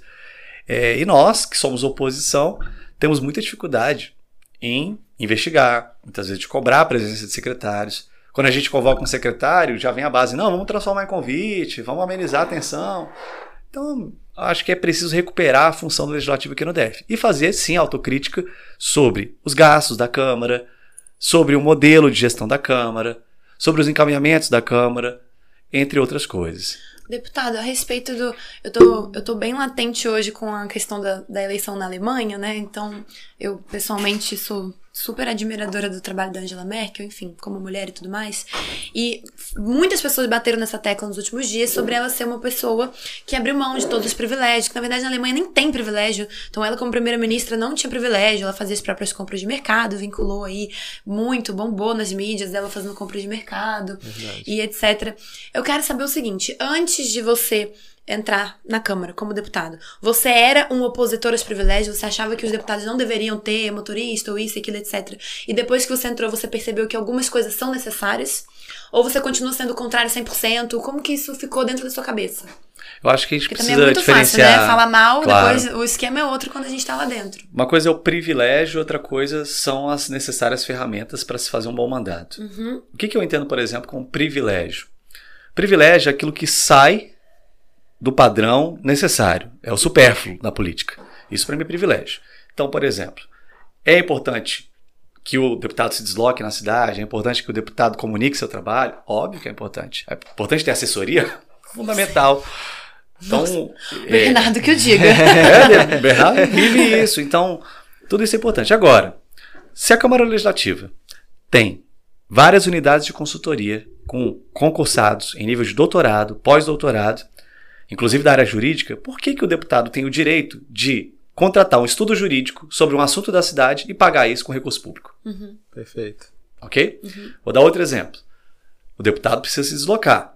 e nós, que somos oposição, temos muita dificuldade em investigar, muitas vezes de cobrar a presença de secretários. Quando a gente convoca um secretário, já vem a base, não, vamos transformar em convite, vamos amenizar a tensão. Então, acho que é preciso recuperar a função do Legislativo aqui no DF e fazer, sim, autocrítica sobre os gastos da Câmara, sobre o modelo de gestão da Câmara, sobre os encaminhamentos da Câmara, entre outras coisas. Deputado, a respeito do... Eu tô bem latente hoje com a questão da eleição na Alemanha, né? Então, eu pessoalmente sou super admiradora do trabalho da Angela Merkel, enfim, como mulher e tudo mais. E muitas pessoas bateram nessa tecla nos últimos dias sobre ela ser uma pessoa que abriu mão de todos os privilégios, que na verdade na Alemanha nem tem privilégio. Então ela como primeira-ministra não tinha privilégio, ela fazia as próprias compras de mercado, vinculou aí muito, bombou nas mídias dela fazendo compras de mercado. Verdade. E etc. Eu quero saber o seguinte, antes de você entrar na Câmara como deputado, você era um opositor aos privilégios, você achava que os deputados não deveriam ter motorista ou isso, aquilo, etc. E depois que você entrou, você percebeu que algumas coisas são necessárias? Ou você continua sendo contrário 100%? Como que isso ficou dentro da sua cabeça? Eu acho que a gente Porque precisa também é muito diferenciar... fácil, né? Falar mal, claro. Depois o esquema é outro quando a gente tá lá dentro. Uma coisa é o privilégio, outra coisa são as necessárias ferramentas para se fazer um bom mandato. Uhum. O que eu entendo, por exemplo, como privilégio? Privilégio é aquilo que sai do padrão necessário. É o supérfluo na política. Isso para mim é privilégio. Então, por exemplo, é importante que o deputado se desloque na cidade, é importante que o deputado comunique seu trabalho, óbvio que é importante. É importante ter assessoria, fundamental. Então, Bernardo que eu diga. Bernardo vive isso. Então, tudo isso é importante. Agora, se a Câmara Legislativa tem várias unidades de consultoria com concursados em nível de doutorado, pós-doutorado, inclusive da área jurídica, por que o deputado tem o direito de contratar um estudo jurídico sobre um assunto da cidade e pagar isso com recurso público? Uhum. Perfeito. Ok? Uhum. Vou dar outro exemplo. O deputado precisa se deslocar.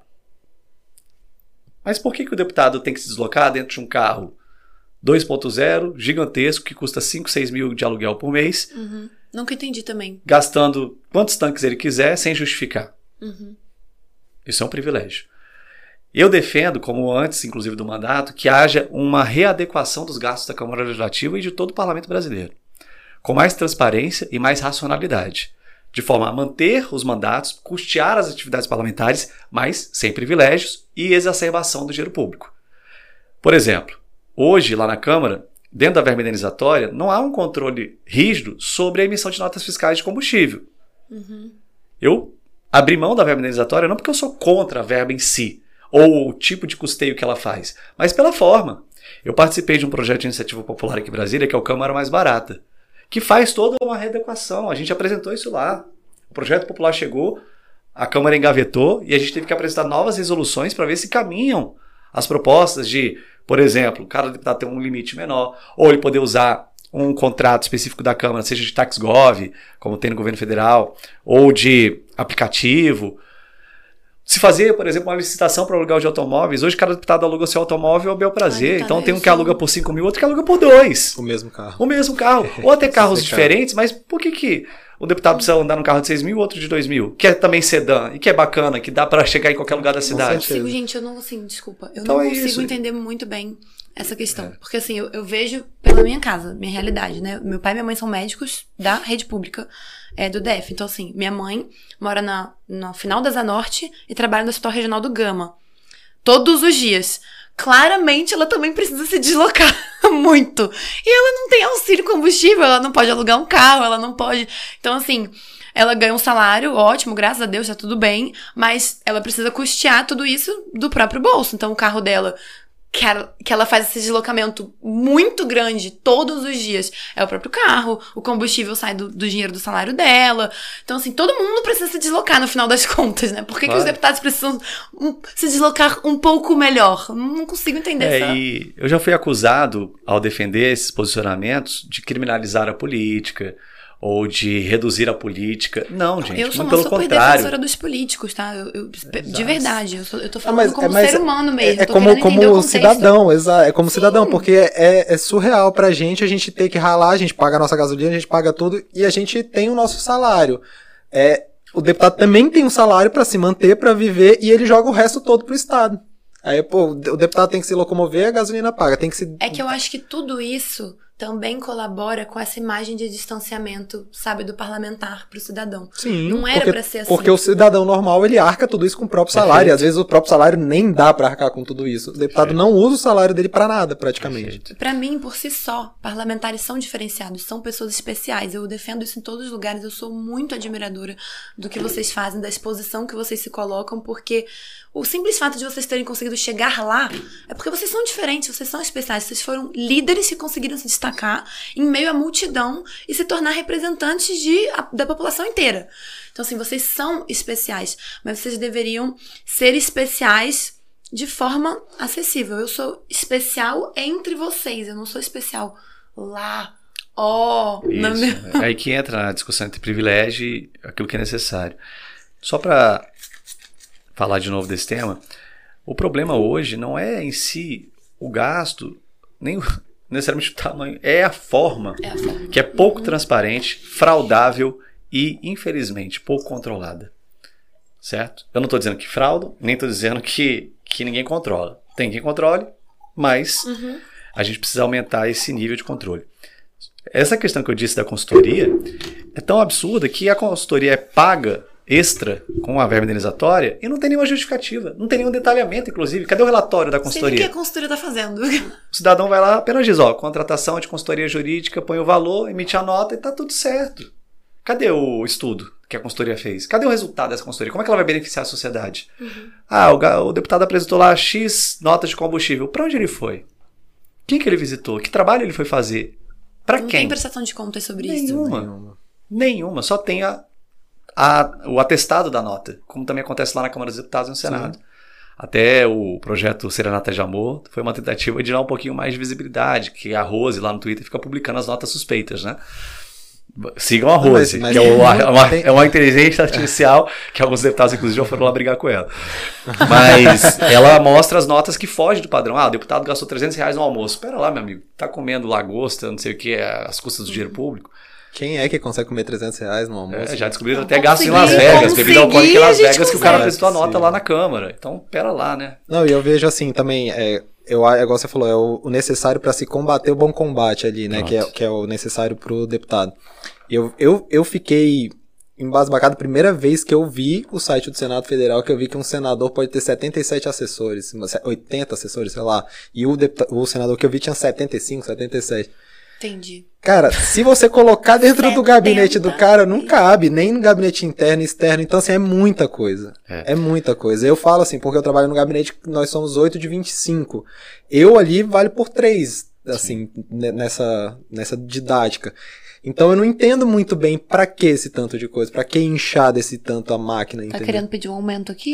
Mas por que o deputado tem que se deslocar dentro de um carro 2.0, gigantesco, que custa 5, 6 mil de aluguel por mês? Uhum. Nunca entendi também. Gastando quantos tanques ele quiser, sem justificar. Uhum. Isso é um privilégio. Eu defendo, como antes, inclusive, do mandato, que haja uma readequação dos gastos da Câmara Legislativa e de todo o Parlamento brasileiro, com mais transparência e mais racionalidade, de forma a manter os mandatos, custear as atividades parlamentares, mas sem privilégios e exacerbação do dinheiro público. Por exemplo, hoje, lá na Câmara, dentro da verba indenizatória, não há um controle rígido sobre a emissão de notas fiscais de combustível. Uhum. Eu abri mão da verba indenizatória não porque eu sou contra a verba em si, ou o tipo de custeio que ela faz, mas pela forma. Eu participei de um projeto de iniciativa popular aqui em Brasília, que é o Câmara Mais Barata, que faz toda uma readequação. A gente apresentou isso lá. O projeto popular chegou, a Câmara engavetou e a gente teve que apresentar novas resoluções para ver se caminham as propostas de, por exemplo, cada deputado ter um limite menor, ou ele poder usar um contrato específico da Câmara, seja de TaxGov, como tem no governo federal, ou de aplicativo. Se fazer, por exemplo, uma licitação para aluguel de automóveis, hoje cada deputado aluga seu automóvel ao bel prazer. Tá, então tem um que aluga por 5 mil, outro que aluga por 2. O mesmo carro. O mesmo carro. Ou até carros diferentes, mas por que o deputado precisa andar num carro de 6 mil e outro de 2 mil? Que é também sedã e que é bacana, que dá para chegar em qualquer lugar da cidade. Eu não consigo, gente, eu não consigo, desculpa. Eu então não consigo entender muito bem essa questão. Porque assim, eu vejo pela minha casa, minha realidade, né? Meu pai e minha mãe são médicos da rede pública do DF. Então assim, minha mãe mora no final da Zanorte e trabalha no Hospital Regional do Gama. Todos os dias. Claramente ela também precisa se deslocar muito. E ela não tem auxílio combustível, ela não pode alugar um carro, ela não pode... Então assim, ela ganha um salário, ótimo, graças a Deus, tá tudo bem, mas ela precisa custear tudo isso do próprio bolso. Então o carro dela, que ela faz esse deslocamento muito grande todos os dias, é o próprio carro, o combustível sai do dinheiro do salário dela. Então, assim, todo mundo precisa se deslocar no final das contas, né? Por que os deputados precisam se deslocar um pouco melhor? Não consigo entender essa... E eu já fui acusado, ao defender esses posicionamentos, de criminalizar a política, ou de reduzir a política. Não, gente, eu sou muito uma pelo super contrário. defensora dos políticos, tá? De verdade, eu tô falando como mas ser humano mesmo. É como cidadão, exato. É como cidadão, porque é surreal pra gente, a gente ter que ralar, a gente paga a nossa gasolina, a gente paga tudo, e a gente tem o nosso salário. O deputado também tem um salário pra se manter, pra viver, e ele joga o resto todo pro Estado. Aí, pô, o deputado tem que se locomover, a gasolina paga, tem que se... É que eu acho que tudo isso também colabora com essa imagem de distanciamento, sabe, do parlamentar pro cidadão. Sim, não era pra ser assim. Porque o cidadão normal, ele arca tudo isso com o próprio salário. E às vezes o próprio salário nem dá pra arcar com tudo isso. O deputado não usa o salário dele pra nada, praticamente. Pra mim, por si só, parlamentares são diferenciados, são pessoas especiais. Eu defendo isso em todos os lugares. Eu sou muito admiradora do que vocês fazem, da exposição que vocês se colocam, porque o simples fato de vocês terem conseguido chegar lá é porque vocês são diferentes, vocês são especiais. Vocês foram líderes que conseguiram se destacar em meio à multidão e se tornar representantes da população inteira. Então, assim, vocês são especiais, mas vocês deveriam ser especiais de forma acessível. Eu sou especial entre vocês, eu não sou especial lá. Isso. É aí que entra a discussão entre privilégio e aquilo que é necessário. Só para falar de novo desse tema, o problema hoje não é em si o gasto, nem necessariamente o tamanho, é a forma, que é pouco transparente, fraudável e, infelizmente, pouco controlada. Certo? Eu não estou dizendo que fraudam, nem estou dizendo que ninguém controla. Tem quem controle, mas a gente precisa aumentar esse nível de controle. Essa questão que eu disse da consultoria é tão absurda que a consultoria é paga extra com a verba indenizatória e não tem nenhuma justificativa, não tem nenhum detalhamento, inclusive. Cadê o relatório da consultoria? Sei o que a consultoria está fazendo. O cidadão vai lá, apenas diz, contratação de consultoria jurídica, põe o valor, emite a nota e tá tudo certo. Cadê o estudo que a consultoria fez? Cadê o resultado dessa consultoria? Como é que ela vai beneficiar a sociedade? O deputado apresentou lá X notas de combustível. Para onde ele foi? Quem que ele visitou? Que trabalho ele foi fazer? Para quem? Não tem prestação de contas sobre isso. Nenhuma. Só tem o atestado da nota, como também acontece lá na Câmara dos Deputados e no Senado. Sim. Até o projeto Serenata de Amor foi uma tentativa de dar um pouquinho mais de visibilidade, que a Rose lá no Twitter fica publicando as notas suspeitas, né? Sigam a Rose, que é uma inteligência artificial que alguns deputados, inclusive, já foram lá brigar com ela. Mas ela mostra as notas que fogem do padrão. O deputado gastou R$300 no almoço. Espera lá, meu amigo, tá comendo lagosta, não sei o que, às custas do dinheiro público. Quem é que consegue comer R$300 no almoço? Já descobriram até gasto em Las Vegas, bebida alcoólica em Las Vegas, que o cara apresentou a nota lá na Câmara. Então, pera lá, né? Não, e eu vejo assim também, igual você falou, é o necessário para se combater o bom combate ali, né? Que é o necessário pro deputado. Eu fiquei embasbacado a primeira vez que eu vi o site do Senado Federal, que eu vi que um senador pode ter 77 assessores, 80 assessores, sei lá, e o senador que eu vi tinha 75, 77. Entendi. Cara, se você colocar dentro do gabinete do cara, não cabe, nem no gabinete interno e externo. Então, assim, é muita coisa. É muita coisa. Eu falo assim, porque eu trabalho no gabinete, nós somos 8 de 25. Eu ali vale por 3, assim, nessa didática. Então eu não entendo muito bem pra que esse tanto de coisa, pra que inchar desse tanto a máquina, entendeu? Tá querendo pedir um aumento aqui?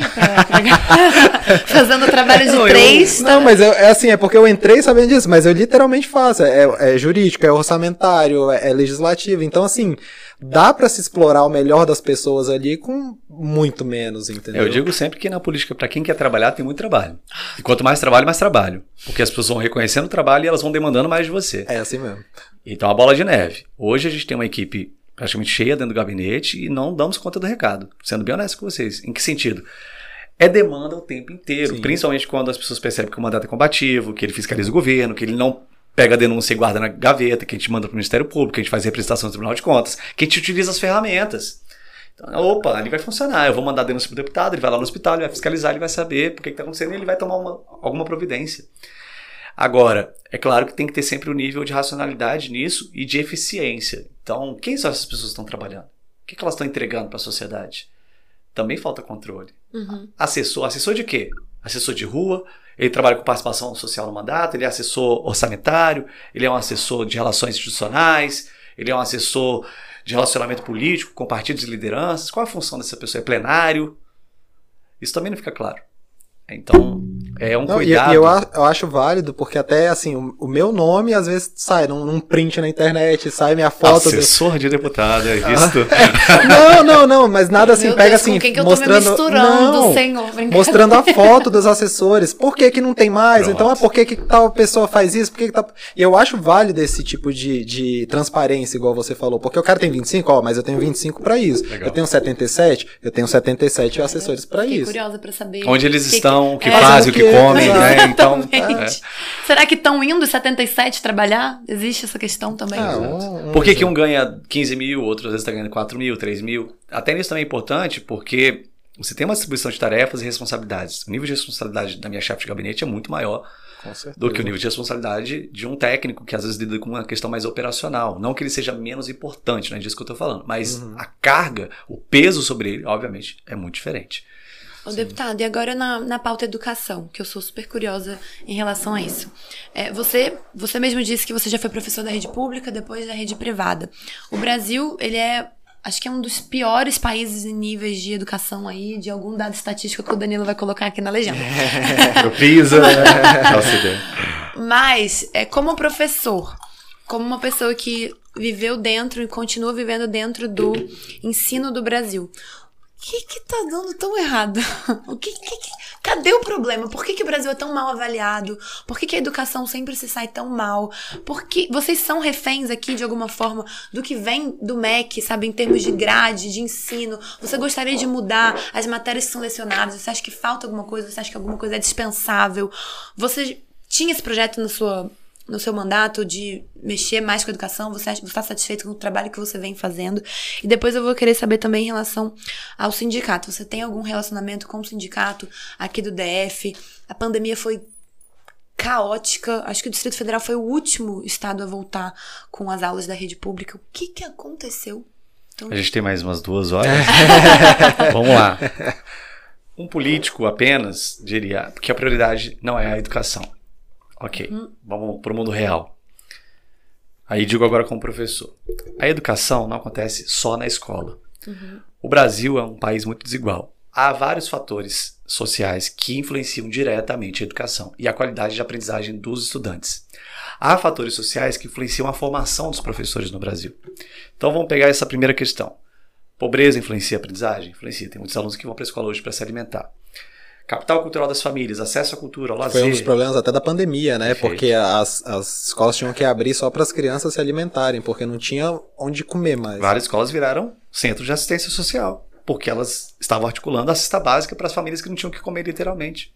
Fazendo o trabalho de 3? Não, mas é porque eu entrei sabendo disso, mas eu literalmente faço. É jurídico, é orçamentário, é legislativo. Então, assim, dá pra se explorar o melhor das pessoas ali com muito menos, entendeu? Eu digo sempre que na política, pra quem quer trabalhar, tem muito trabalho. E quanto mais trabalho, mais trabalho. Porque as pessoas vão reconhecendo o trabalho e elas vão demandando mais de você. É assim mesmo. Então, a bola de neve. Hoje a gente tem uma equipe praticamente cheia dentro do gabinete e não damos conta do recado. Sendo bem honesto com vocês. Em que sentido? É demanda o tempo inteiro. Sim. Principalmente quando as pessoas percebem que o mandato é combativo, que ele fiscaliza o governo, que ele não pega a denúncia e guarda na gaveta, que a gente manda para o Ministério Público, que a gente faz representação no Tribunal de Contas, que a gente utiliza as ferramentas. Então, ali vai funcionar. Eu vou mandar a denúncia para o deputado, ele vai lá no hospital, ele vai fiscalizar, ele vai saber o que está acontecendo e ele vai tomar alguma providência. Agora, é claro que tem que ter sempre um nível de racionalidade nisso e de eficiência. Então, quem são essas pessoas que estão trabalhando? O que elas estão entregando para a sociedade? Também falta controle. Uhum. Assessor de quê? Assessor de rua, ele trabalha com participação social no mandato, ele é assessor orçamentário, ele é um assessor de relações institucionais, ele é um assessor de relacionamento político com partidos e lideranças. Qual a função dessa pessoa? É plenário? Isso também não fica claro. Então, é um cuidado. E eu acho válido, porque até assim, o meu nome às vezes sai num print na internet, sai minha foto. Assessor de deputado, é visto? Não, mas nada assim, Meu pega Deus, assim, com quem que eu mostrando, tô me misturando, Senhor, mostrando a foto dos assessores. Por que não tem mais? Pronto. Então, por que tal pessoa faz isso? Por que tá... E eu acho válido esse tipo de transparência, igual você falou, porque o cara tem 25, mas eu tenho 25 pra isso. Legal. Eu tenho 77 assessores pra Fiquei isso. curiosa pra saber. Onde eles estão, o que fazem, fazem, o que comem, né? Então, Exatamente. Será que estão indo os 77 trabalhar? Existe essa questão também? Por que um ganha 15 mil, outro às vezes está ganhando 4 mil, 3 mil? Até nisso também é importante, porque você tem uma distribuição de tarefas e responsabilidades. O nível de responsabilidade da minha chefe de gabinete é muito maior do que o nível de responsabilidade de um técnico que às vezes lida com uma questão mais operacional. Não que ele seja menos importante, não é disso que eu estou falando, mas a carga, o peso sobre ele, obviamente, é muito diferente. Ô, deputado, e agora na pauta educação, que eu sou super curiosa em relação a isso. Você mesmo disse que você já foi professor da rede pública, depois da rede privada. O Brasil, ele acho que é um dos piores países em níveis de educação aí, de algum dado estatístico que o Danilo vai colocar aqui na legenda. O PISA, Mas, como professor, como uma pessoa que viveu dentro e continua vivendo dentro do ensino do Brasil, o que tá dando tão errado? Cadê o problema? Por que o Brasil é tão mal avaliado? Por que a educação sempre se sai tão mal? Porque vocês são reféns aqui, de alguma forma, do que vem do MEC, sabe? Em termos de grade, de ensino. Você gostaria de mudar as matérias que são lecionadas? Você acha que falta alguma coisa? Você acha que alguma coisa é dispensável? Você tinha esse projeto no seu mandato de mexer mais com a educação? Você está satisfeito com o trabalho que você vem fazendo? E depois eu vou querer saber também em relação ao sindicato. Você tem algum relacionamento com o sindicato aqui do DF? A pandemia foi caótica. Acho que o Distrito Federal foi o último estado a voltar com as aulas da rede pública. O que aconteceu? Então... A gente tem mais umas 2 horas. Vamos lá. Um político apenas diria que a prioridade não é a educação. Ok, vamos para o mundo real. Aí digo agora como professor. A educação não acontece só na escola. O Brasil é um país muito desigual. Há vários fatores sociais que influenciam diretamente a educação e a qualidade de aprendizagem dos estudantes. Há fatores sociais que influenciam a formação dos professores no Brasil. Então vamos pegar essa primeira questão. Pobreza influencia a aprendizagem? Influencia. Tem muitos alunos que vão para a escola hoje para se alimentar. Capital cultural das famílias, acesso à cultura, ao lazer. Foi um dos problemas até da pandemia, né? Perfeito. Porque as escolas tinham que abrir só para as crianças se alimentarem, porque não tinha onde comer mais. Várias escolas viraram centros de assistência social, porque elas estavam articulando a cesta básica para as famílias que não tinham o que comer literalmente.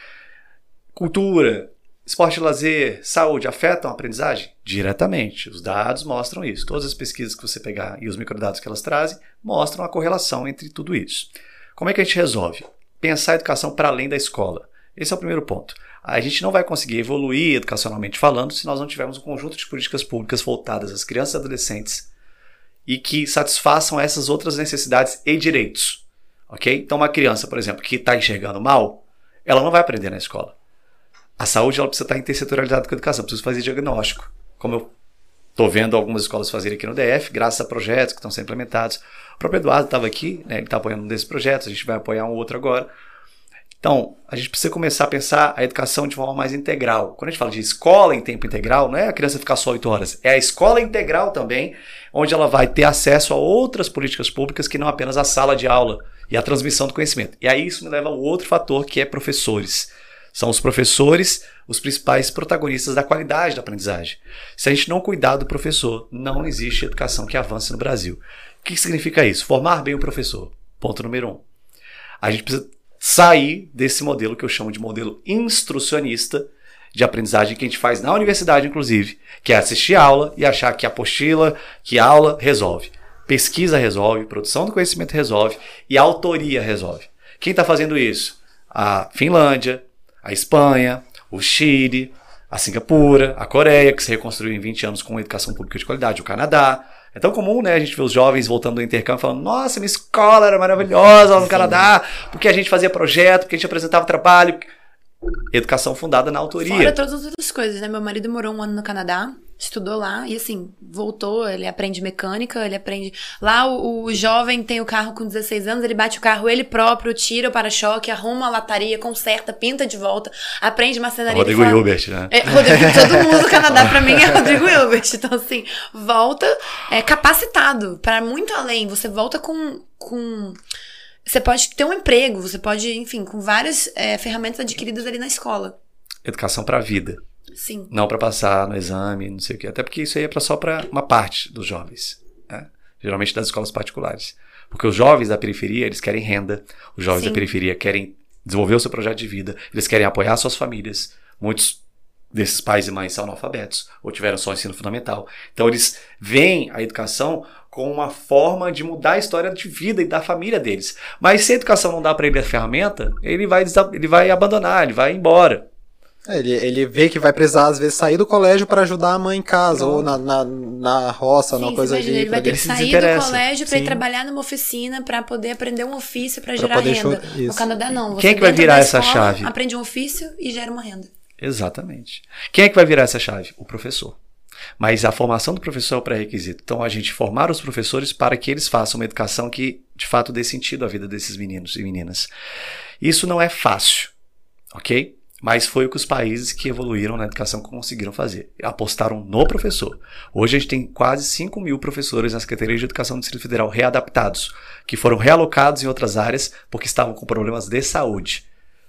Cultura, esporte e lazer, saúde, afetam a aprendizagem? Diretamente. Os dados mostram isso. Todas as pesquisas que você pegar e os microdados que elas trazem mostram a correlação entre tudo isso. Como é que a gente resolve? Pensar a educação para além da escola. Esse é o primeiro ponto. A gente não vai conseguir evoluir educacionalmente falando se nós não tivermos um conjunto de políticas públicas voltadas às crianças e adolescentes e que satisfaçam essas outras necessidades e direitos. Ok? Então uma criança, por exemplo, que está enxergando mal, ela não vai aprender na escola. A saúde ela precisa estar intersetorializada com a educação, precisa fazer diagnóstico. Como eu estou vendo algumas escolas fazerem aqui no DF, graças a projetos que estão sendo implementados. O próprio Eduardo estava aqui, né, ele está apoiando um desses projetos, a gente vai apoiar um outro agora. Então, a gente precisa começar a pensar a educação de forma mais integral. Quando a gente fala de escola em tempo integral, não é a criança ficar só 8 horas, é a escola integral também, onde ela vai ter acesso a outras políticas públicas que não apenas a sala de aula e a transmissão do conhecimento. E aí isso me leva a outro fator que é professores. São os professores os principais protagonistas da qualidade da aprendizagem. Se a gente não cuidar do professor, não existe educação que avance no Brasil. O que significa isso? Formar bem o professor. Ponto número 1. A gente precisa sair desse modelo que eu chamo de modelo instrucionista de aprendizagem que a gente faz na universidade, inclusive, que é assistir a aula e achar que a apostila, que a aula resolve. Pesquisa resolve, produção do conhecimento resolve e a autoria resolve. Quem está fazendo isso? A Finlândia, a Espanha, o Chile, a Singapura, a Coreia, que se reconstruiu em 20 anos com educação pública de qualidade, o Canadá. É tão comum, né, a gente ver os jovens voltando do intercâmbio falando, nossa, minha escola era maravilhosa lá no Canadá, porque a gente fazia projeto, porque a gente apresentava trabalho. Educação fundada na autoria. Fora todas as outras coisas, né? Meu marido morou 1 ano no Canadá, estudou lá e assim, voltou, ele aprende mecânica, ele aprende... Lá o jovem tem o carro com 16 anos, ele bate o carro ele próprio, tira o para-choque, arruma a lataria, conserta, pinta de volta, aprende marcenaria. Rodrigo Hilbert, né? Todo mundo do Canadá pra mim é Rodrigo Hilbert. Então assim, volta capacitado para muito além. Você volta com... Você pode ter um emprego, você pode, enfim, com várias ferramentas adquiridas ali na escola. Educação para a vida. Sim. Não para passar no exame, não sei o quê. Até porque isso aí é só para uma parte dos jovens, né? Geralmente das escolas particulares. Porque os jovens da periferia, eles querem renda. Os jovens da periferia querem desenvolver o seu projeto de vida. Eles querem apoiar suas famílias. Muitos desses pais e mães são analfabetos ou tiveram só ensino fundamental. Então eles veem a educação com uma forma de mudar a história de vida e da família deles. Mas se a educação não dá para ele a ferramenta, ele vai abandonar, ele vai embora. Ele vê que vai precisar, às vezes, sair do colégio para ajudar a mãe em casa, ou na roça, numa coisa ali. Ele vai ter que sair do colégio para ir trabalhar numa oficina, para poder aprender um ofício para gerar renda. No Canadá, não. Quem é que vai virar essa chave? Aprende um ofício e gera uma renda. Exatamente. Quem é que vai virar essa chave? O professor. Mas a formação do professor é o pré-requisito. Então, a gente formar os professores para que eles façam uma educação que, de fato, dê sentido à vida desses meninos e meninas. Isso não é fácil, ok? Mas foi o que os países que evoluíram na educação conseguiram fazer. Apostaram no professor. Hoje a gente tem quase 5 mil professores na Secretaria de Educação do Distrito Federal readaptados, que foram realocados em outras áreas porque estavam com problemas de saúde.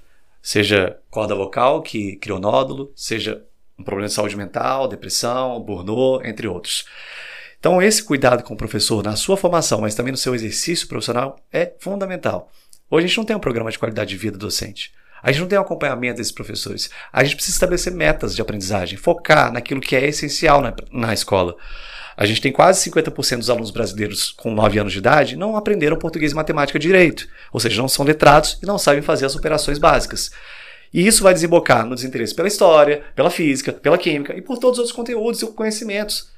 Seja corda vocal, que criou nódulo, seja um problema de saúde mental, depressão, burnout, entre outros. Então esse cuidado com o professor na sua formação, mas também no seu exercício profissional é fundamental. Hoje a gente não tem um programa de qualidade de vida docente. A gente não tem um acompanhamento desses professores. A gente precisa estabelecer metas de aprendizagem, focar naquilo que é essencial na escola. A gente tem quase 50% dos alunos brasileiros com 9 anos de idade não aprenderam português e matemática direito. Ou seja, não são letrados e não sabem fazer as operações básicas. E isso vai desembocar no desinteresse pela história, pela física, pela química e por todos os outros conteúdos e conhecimentos.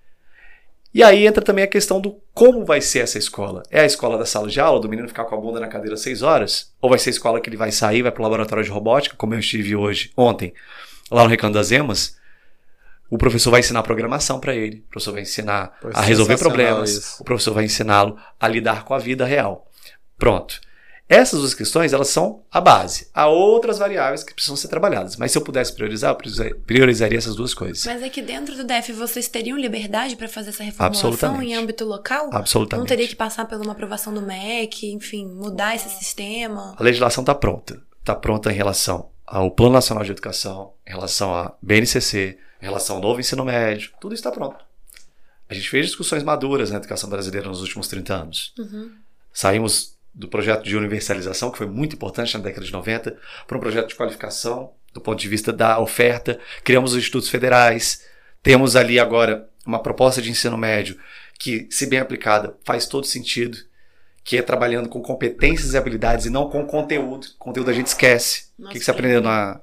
E aí entra também a questão do como vai ser essa escola. É a escola da sala de aula, do menino ficar com a bunda na cadeira 6 horas? Ou vai ser a escola que ele vai sair, vai para o laboratório de robótica, como eu estive ontem, lá no Recanto das Emas? O professor vai ensinar programação para ele, o professor vai ensinar a resolver problemas, o professor vai ensiná-lo a lidar com a vida real. Pronto. Essas duas questões, elas são a base. Há outras variáveis que precisam ser trabalhadas. Mas se eu pudesse priorizar, eu priorizaria essas duas coisas. Mas é que dentro do DF vocês teriam liberdade para fazer essa reformulação em âmbito local? Absolutamente. Não teria que passar por uma aprovação do MEC, enfim, mudar esse sistema? A legislação está pronta. Está pronta em relação ao Plano Nacional de Educação, em relação à BNCC, em relação ao novo ensino médio. Tudo está pronto. A gente fez discussões maduras na educação brasileira nos últimos 30 anos. Saímos do projeto de universalização, que foi muito importante na década de 90, para um projeto de qualificação, do ponto de vista da oferta. Criamos os institutos federais. Temos ali agora uma proposta de ensino médio que, se bem aplicada, faz todo sentido, que é trabalhando com competências e habilidades e não com conteúdo. Conteúdo a gente esquece. O que você aprendeu na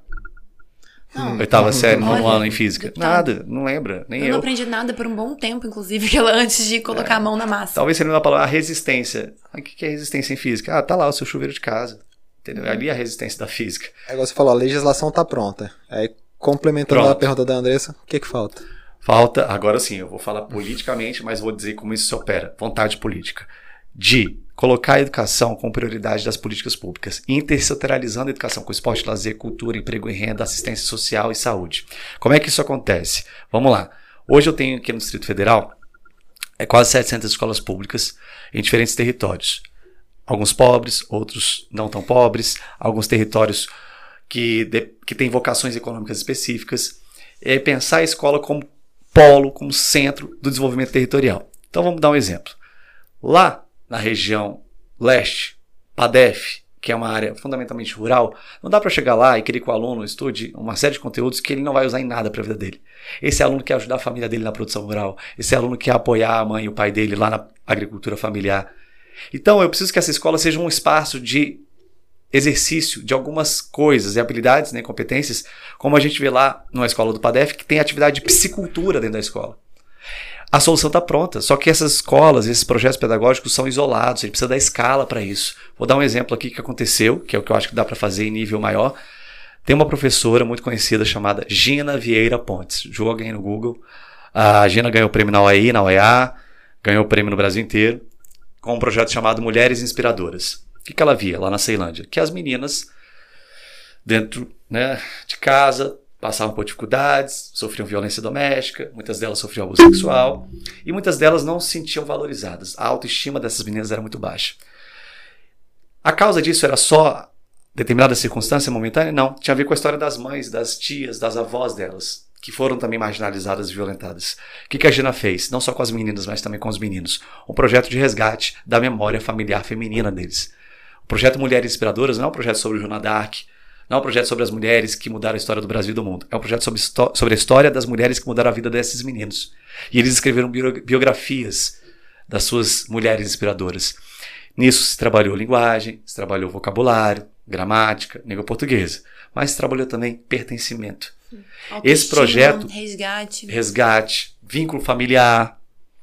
oitava série, nono ano em física? Nada, não lembra, nem eu. Eu não aprendi nada por um bom tempo, inclusive, antes de colocar a mão na massa. Talvez você não vai falar a resistência. O que é resistência em física? Tá lá o seu chuveiro de casa. Entendeu? É ali a resistência da física. É igual você falou, a legislação tá pronta. Aí, complementando a pergunta da Andressa, o que falta? Falta, agora sim, eu vou falar politicamente, mas vou dizer como isso se opera. Vontade política. De colocar a educação como prioridade das políticas públicas, intersetorializando a educação com esporte, lazer, cultura, emprego e renda, assistência social e saúde. Como é que isso acontece? Vamos lá. Hoje eu tenho aqui no Distrito Federal quase 700 escolas públicas em diferentes territórios. Alguns pobres, outros não tão pobres, alguns territórios que têm vocações econômicas específicas. É pensar a escola como polo, como centro do desenvolvimento territorial. Então vamos dar um exemplo. Lá na região leste, PADEF, que é uma área fundamentalmente rural, não dá para chegar lá e querer que o aluno estude uma série de conteúdos que ele não vai usar em nada para a vida dele. Esse aluno quer ajudar a família dele na produção rural. Esse aluno quer apoiar a mãe e o pai dele lá na agricultura familiar. Então eu preciso que essa escola seja um espaço de exercício de algumas coisas e habilidades, né, competências, como a gente vê lá na escola do PADEF, que tem atividade de piscicultura dentro da escola. A solução está pronta, só que essas escolas, esses projetos pedagógicos são isolados, a gente precisa dar escala para isso. Vou dar um exemplo aqui que aconteceu, que é o que eu acho que dá para fazer em nível maior. Tem uma professora muito conhecida chamada Gina Vieira Pontes. Joguem no Google. A Gina ganhou o prêmio na UAI, na UEA, ganhou o prêmio no Brasil inteiro, com um projeto chamado Mulheres Inspiradoras. O que ela via lá na Ceilândia? Que as meninas, dentro, né, de casa, passavam por dificuldades, sofriam violência doméstica, muitas delas sofriam abuso sexual e muitas delas não se sentiam valorizadas. A autoestima dessas meninas era muito baixa. A causa disso era só determinada circunstância momentânea? Não. Tinha a ver com a história das mães, das tias, das avós delas, que foram também marginalizadas e violentadas. O que a Gina fez? Não só com as meninas, mas também com os meninos. Um projeto de resgate da memória familiar feminina deles. O projeto Mulheres Inspiradoras não é um projeto sobre Joana d'Arc, não é um projeto sobre as mulheres que mudaram a história do Brasil e do mundo. É um projeto sobre a história das mulheres que mudaram a vida desses meninos. E eles escreveram biografias das suas mulheres inspiradoras. Nisso se trabalhou linguagem, se trabalhou vocabulário, gramática, língua portuguesa. Mas se trabalhou também pertencimento. Esse projeto, resgate, vínculo familiar.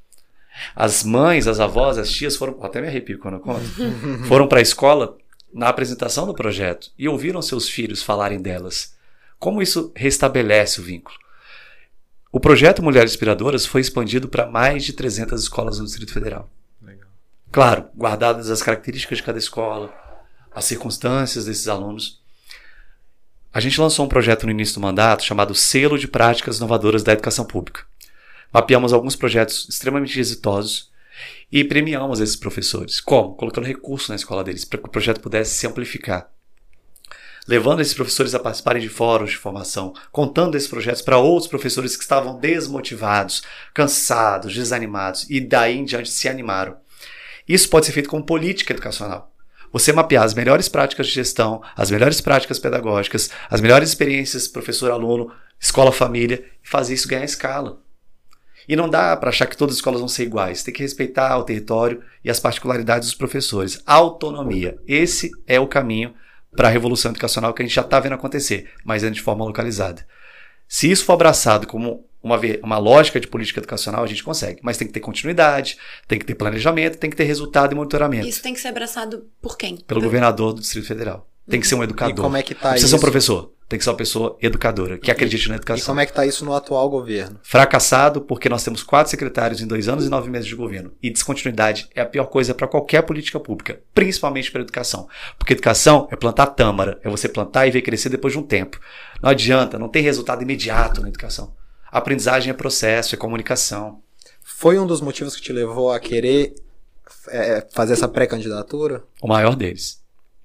As mães, as avós, as tias foram, até me arrepio quando eu conto, foram para a escola na apresentação do projeto e ouviram seus filhos falarem delas. Como isso restabelece o vínculo? O projeto Mulheres Inspiradoras foi expandido para mais de 300 escolas no Distrito Federal. Legal. Claro, guardadas as características de cada escola, as circunstâncias desses alunos. A gente lançou um projeto no início do mandato chamado Selo de Práticas Inovadoras da Educação Pública. Mapeamos alguns projetos extremamente exitosos e premiamos esses professores. Como? Colocando recursos na escola deles, para que o projeto pudesse se amplificar. Levando esses professores a participarem de fóruns de formação, contando esses projetos para outros professores que estavam desmotivados, cansados, desanimados, e daí em diante se animaram. Isso pode ser feito com política educacional. Você mapear as melhores práticas de gestão, as melhores práticas pedagógicas, as melhores experiências professor-aluno, escola-família, e fazer isso ganhar escala. E não dá para achar que todas as escolas vão ser iguais. Tem que respeitar o território e as particularidades dos professores. Autonomia. Esse é o caminho para a revolução educacional que a gente já está vendo acontecer, mas é de forma localizada. Se isso for abraçado como uma lógica de política educacional, a gente consegue. Mas tem que ter continuidade, tem que ter planejamento, tem que ter resultado e monitoramento. Isso tem que ser abraçado por quem? Pelo governador do Distrito Federal. Tem que ser um educador. E como é que tá não precisa isso? ser um professor. Tem que ser uma pessoa educadora, que acredite na educação. E como é que está isso no atual governo? Fracassado, porque nós temos 4 secretários em 2 anos e 9 meses de governo. E descontinuidade é a pior coisa para qualquer política pública, principalmente para a educação. Porque educação é plantar tâmara, é você plantar e ver crescer depois de um tempo. Não adianta, não tem resultado imediato na educação. A aprendizagem é processo, é comunicação. Foi um dos motivos que te levou a querer fazer essa pré-candidatura? O maior deles.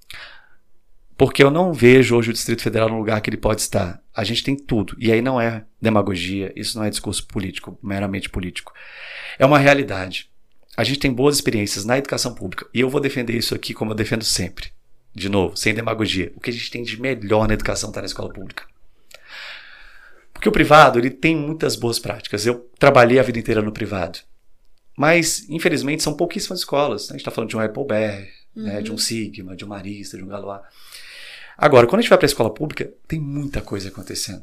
Porque eu não vejo hoje o Distrito Federal no lugar que ele pode estar. A gente tem tudo. E aí não é demagogia, isso não é discurso político, meramente político. É uma realidade. A gente tem boas experiências na educação pública. E eu vou defender isso aqui como eu defendo sempre. De novo, sem demagogia. O que a gente tem de melhor na educação está na escola pública. Porque o privado, ele tem muitas boas práticas. Eu trabalhei a vida inteira no privado. Mas, infelizmente, são pouquíssimas escolas. A gente está falando de um Appleberry, né, de um Sigma, de um Marista, de um Galois. Agora, quando a gente vai para a escola pública, tem muita coisa acontecendo.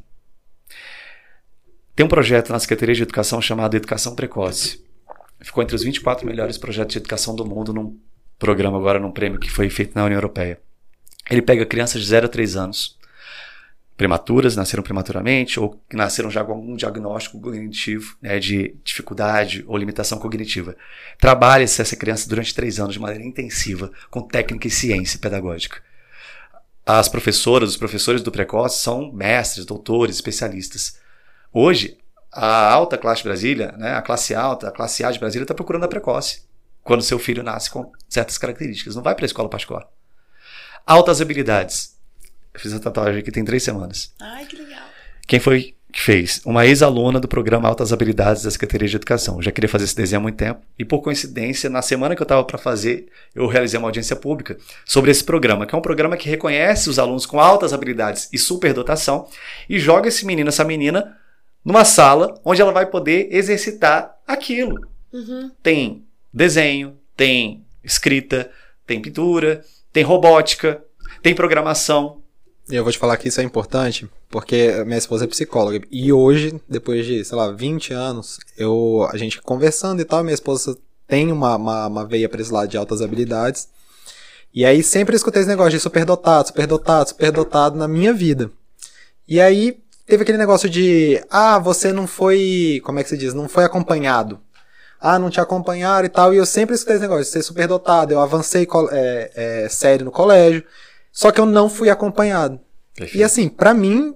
Tem um projeto na Secretaria de Educação chamado Educação Precoce. Ficou entre os 24 melhores projetos de educação do mundo num programa agora, num prêmio que foi feito na União Europeia. Ele pega crianças de 0 a 3 anos, prematuras, nasceram prematuramente, ou que nasceram já com algum diagnóstico cognitivo, né, de dificuldade ou limitação cognitiva. Trabalha-se essa criança durante 3 anos de maneira intensiva, com técnica e ciência pedagógica. As professoras, os professores do Precoce são mestres, doutores, especialistas. Hoje, a alta classe de Brasília, né, a classe alta, a classe A de Brasília está procurando a Precoce, quando seu filho nasce com certas características. Não vai para a escola particular. Altas habilidades. Eu fiz a tatuagem aqui tem 3 semanas. Ai, que legal. Quem foi que fez? Uma ex-aluna do programa Altas Habilidades da Secretaria de Educação. Eu já queria fazer esse desenho há muito tempo. E por coincidência, na semana que eu estava para fazer, eu realizei uma audiência pública sobre esse programa, que é um programa que reconhece os alunos com altas habilidades e superdotação e joga esse menino, essa menina, numa sala onde ela vai poder exercitar aquilo. Tem desenho, tem escrita, tem pintura, tem robótica, tem programação. Eu vou te falar que isso é importante, porque minha esposa é psicóloga. E hoje, depois de, sei lá, 20 anos, a gente conversando e tal, minha esposa tem uma veia pra esse lado de altas habilidades. E aí sempre escutei esse negócio de superdotado, superdotado, superdotado na minha vida. E aí teve aquele negócio de, você não foi, como é que se diz, não foi acompanhado. Não te acompanharam e tal. E eu sempre escutei esse negócio de ser superdotado. Eu avancei sério no colégio. Só que eu não fui acompanhado. Perfeito. E assim, pra mim,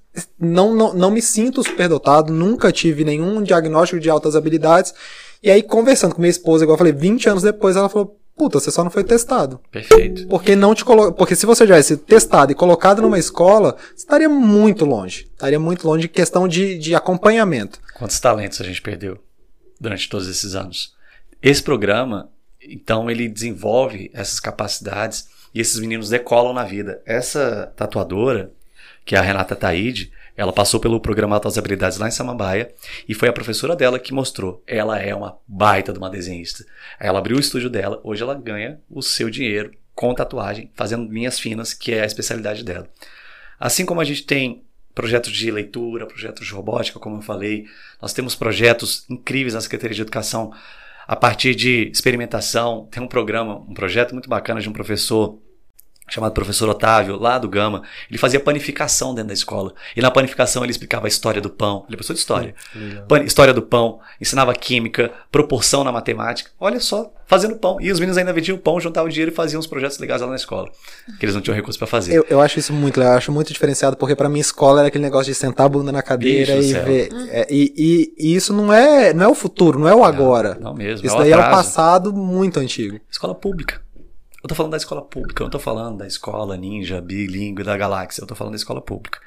não me sinto superdotado, nunca tive nenhum diagnóstico de altas habilidades. E aí, conversando com minha esposa, igual eu falei, 20 anos depois, ela falou, puta, você só não foi testado. Perfeito. Porque se você tivesse testado e colocado numa escola, você estaria muito longe. Estaria muito longe de questão de acompanhamento. Quantos talentos a gente perdeu durante todos esses anos? Esse programa, então, ele desenvolve essas capacidades e esses meninos decolam na vida. Essa tatuadora, que é a Renata Taide, ela passou pelo programa Altas Habilidades lá em Samambaia e foi a professora dela que mostrou. Ela é uma baita de uma desenhista. Ela abriu o estúdio dela, hoje ela ganha o seu dinheiro com tatuagem, fazendo linhas finas, que é a especialidade dela. Assim como a gente tem projetos de leitura, projetos de robótica, como eu falei, nós temos projetos incríveis na Secretaria de Educação a partir de experimentação. Tem um projeto muito bacana de um professor chamado professor Otávio, lá do Gama. Ele fazia panificação dentro da escola. E na panificação ele explicava a história do pão. Ele é professor de história. História do pão, ensinava química, proporção na matemática. Olha só, fazendo pão. E os meninos ainda vendiam pão, juntavam dinheiro e faziam uns projetos legais lá na escola. Que eles não tinham recurso para fazer. Eu acho isso muito legal, eu acho muito diferenciado, porque pra mim escola era aquele negócio de sentar a bunda na cadeira e ver. E isso não é o futuro, não é o agora. Não mesmo. Isso daí é o passado muito antigo. Escola pública. Eu tô falando da escola pública, eu não tô falando da escola ninja, bilíngue, da galáxia, eu tô falando da escola pública.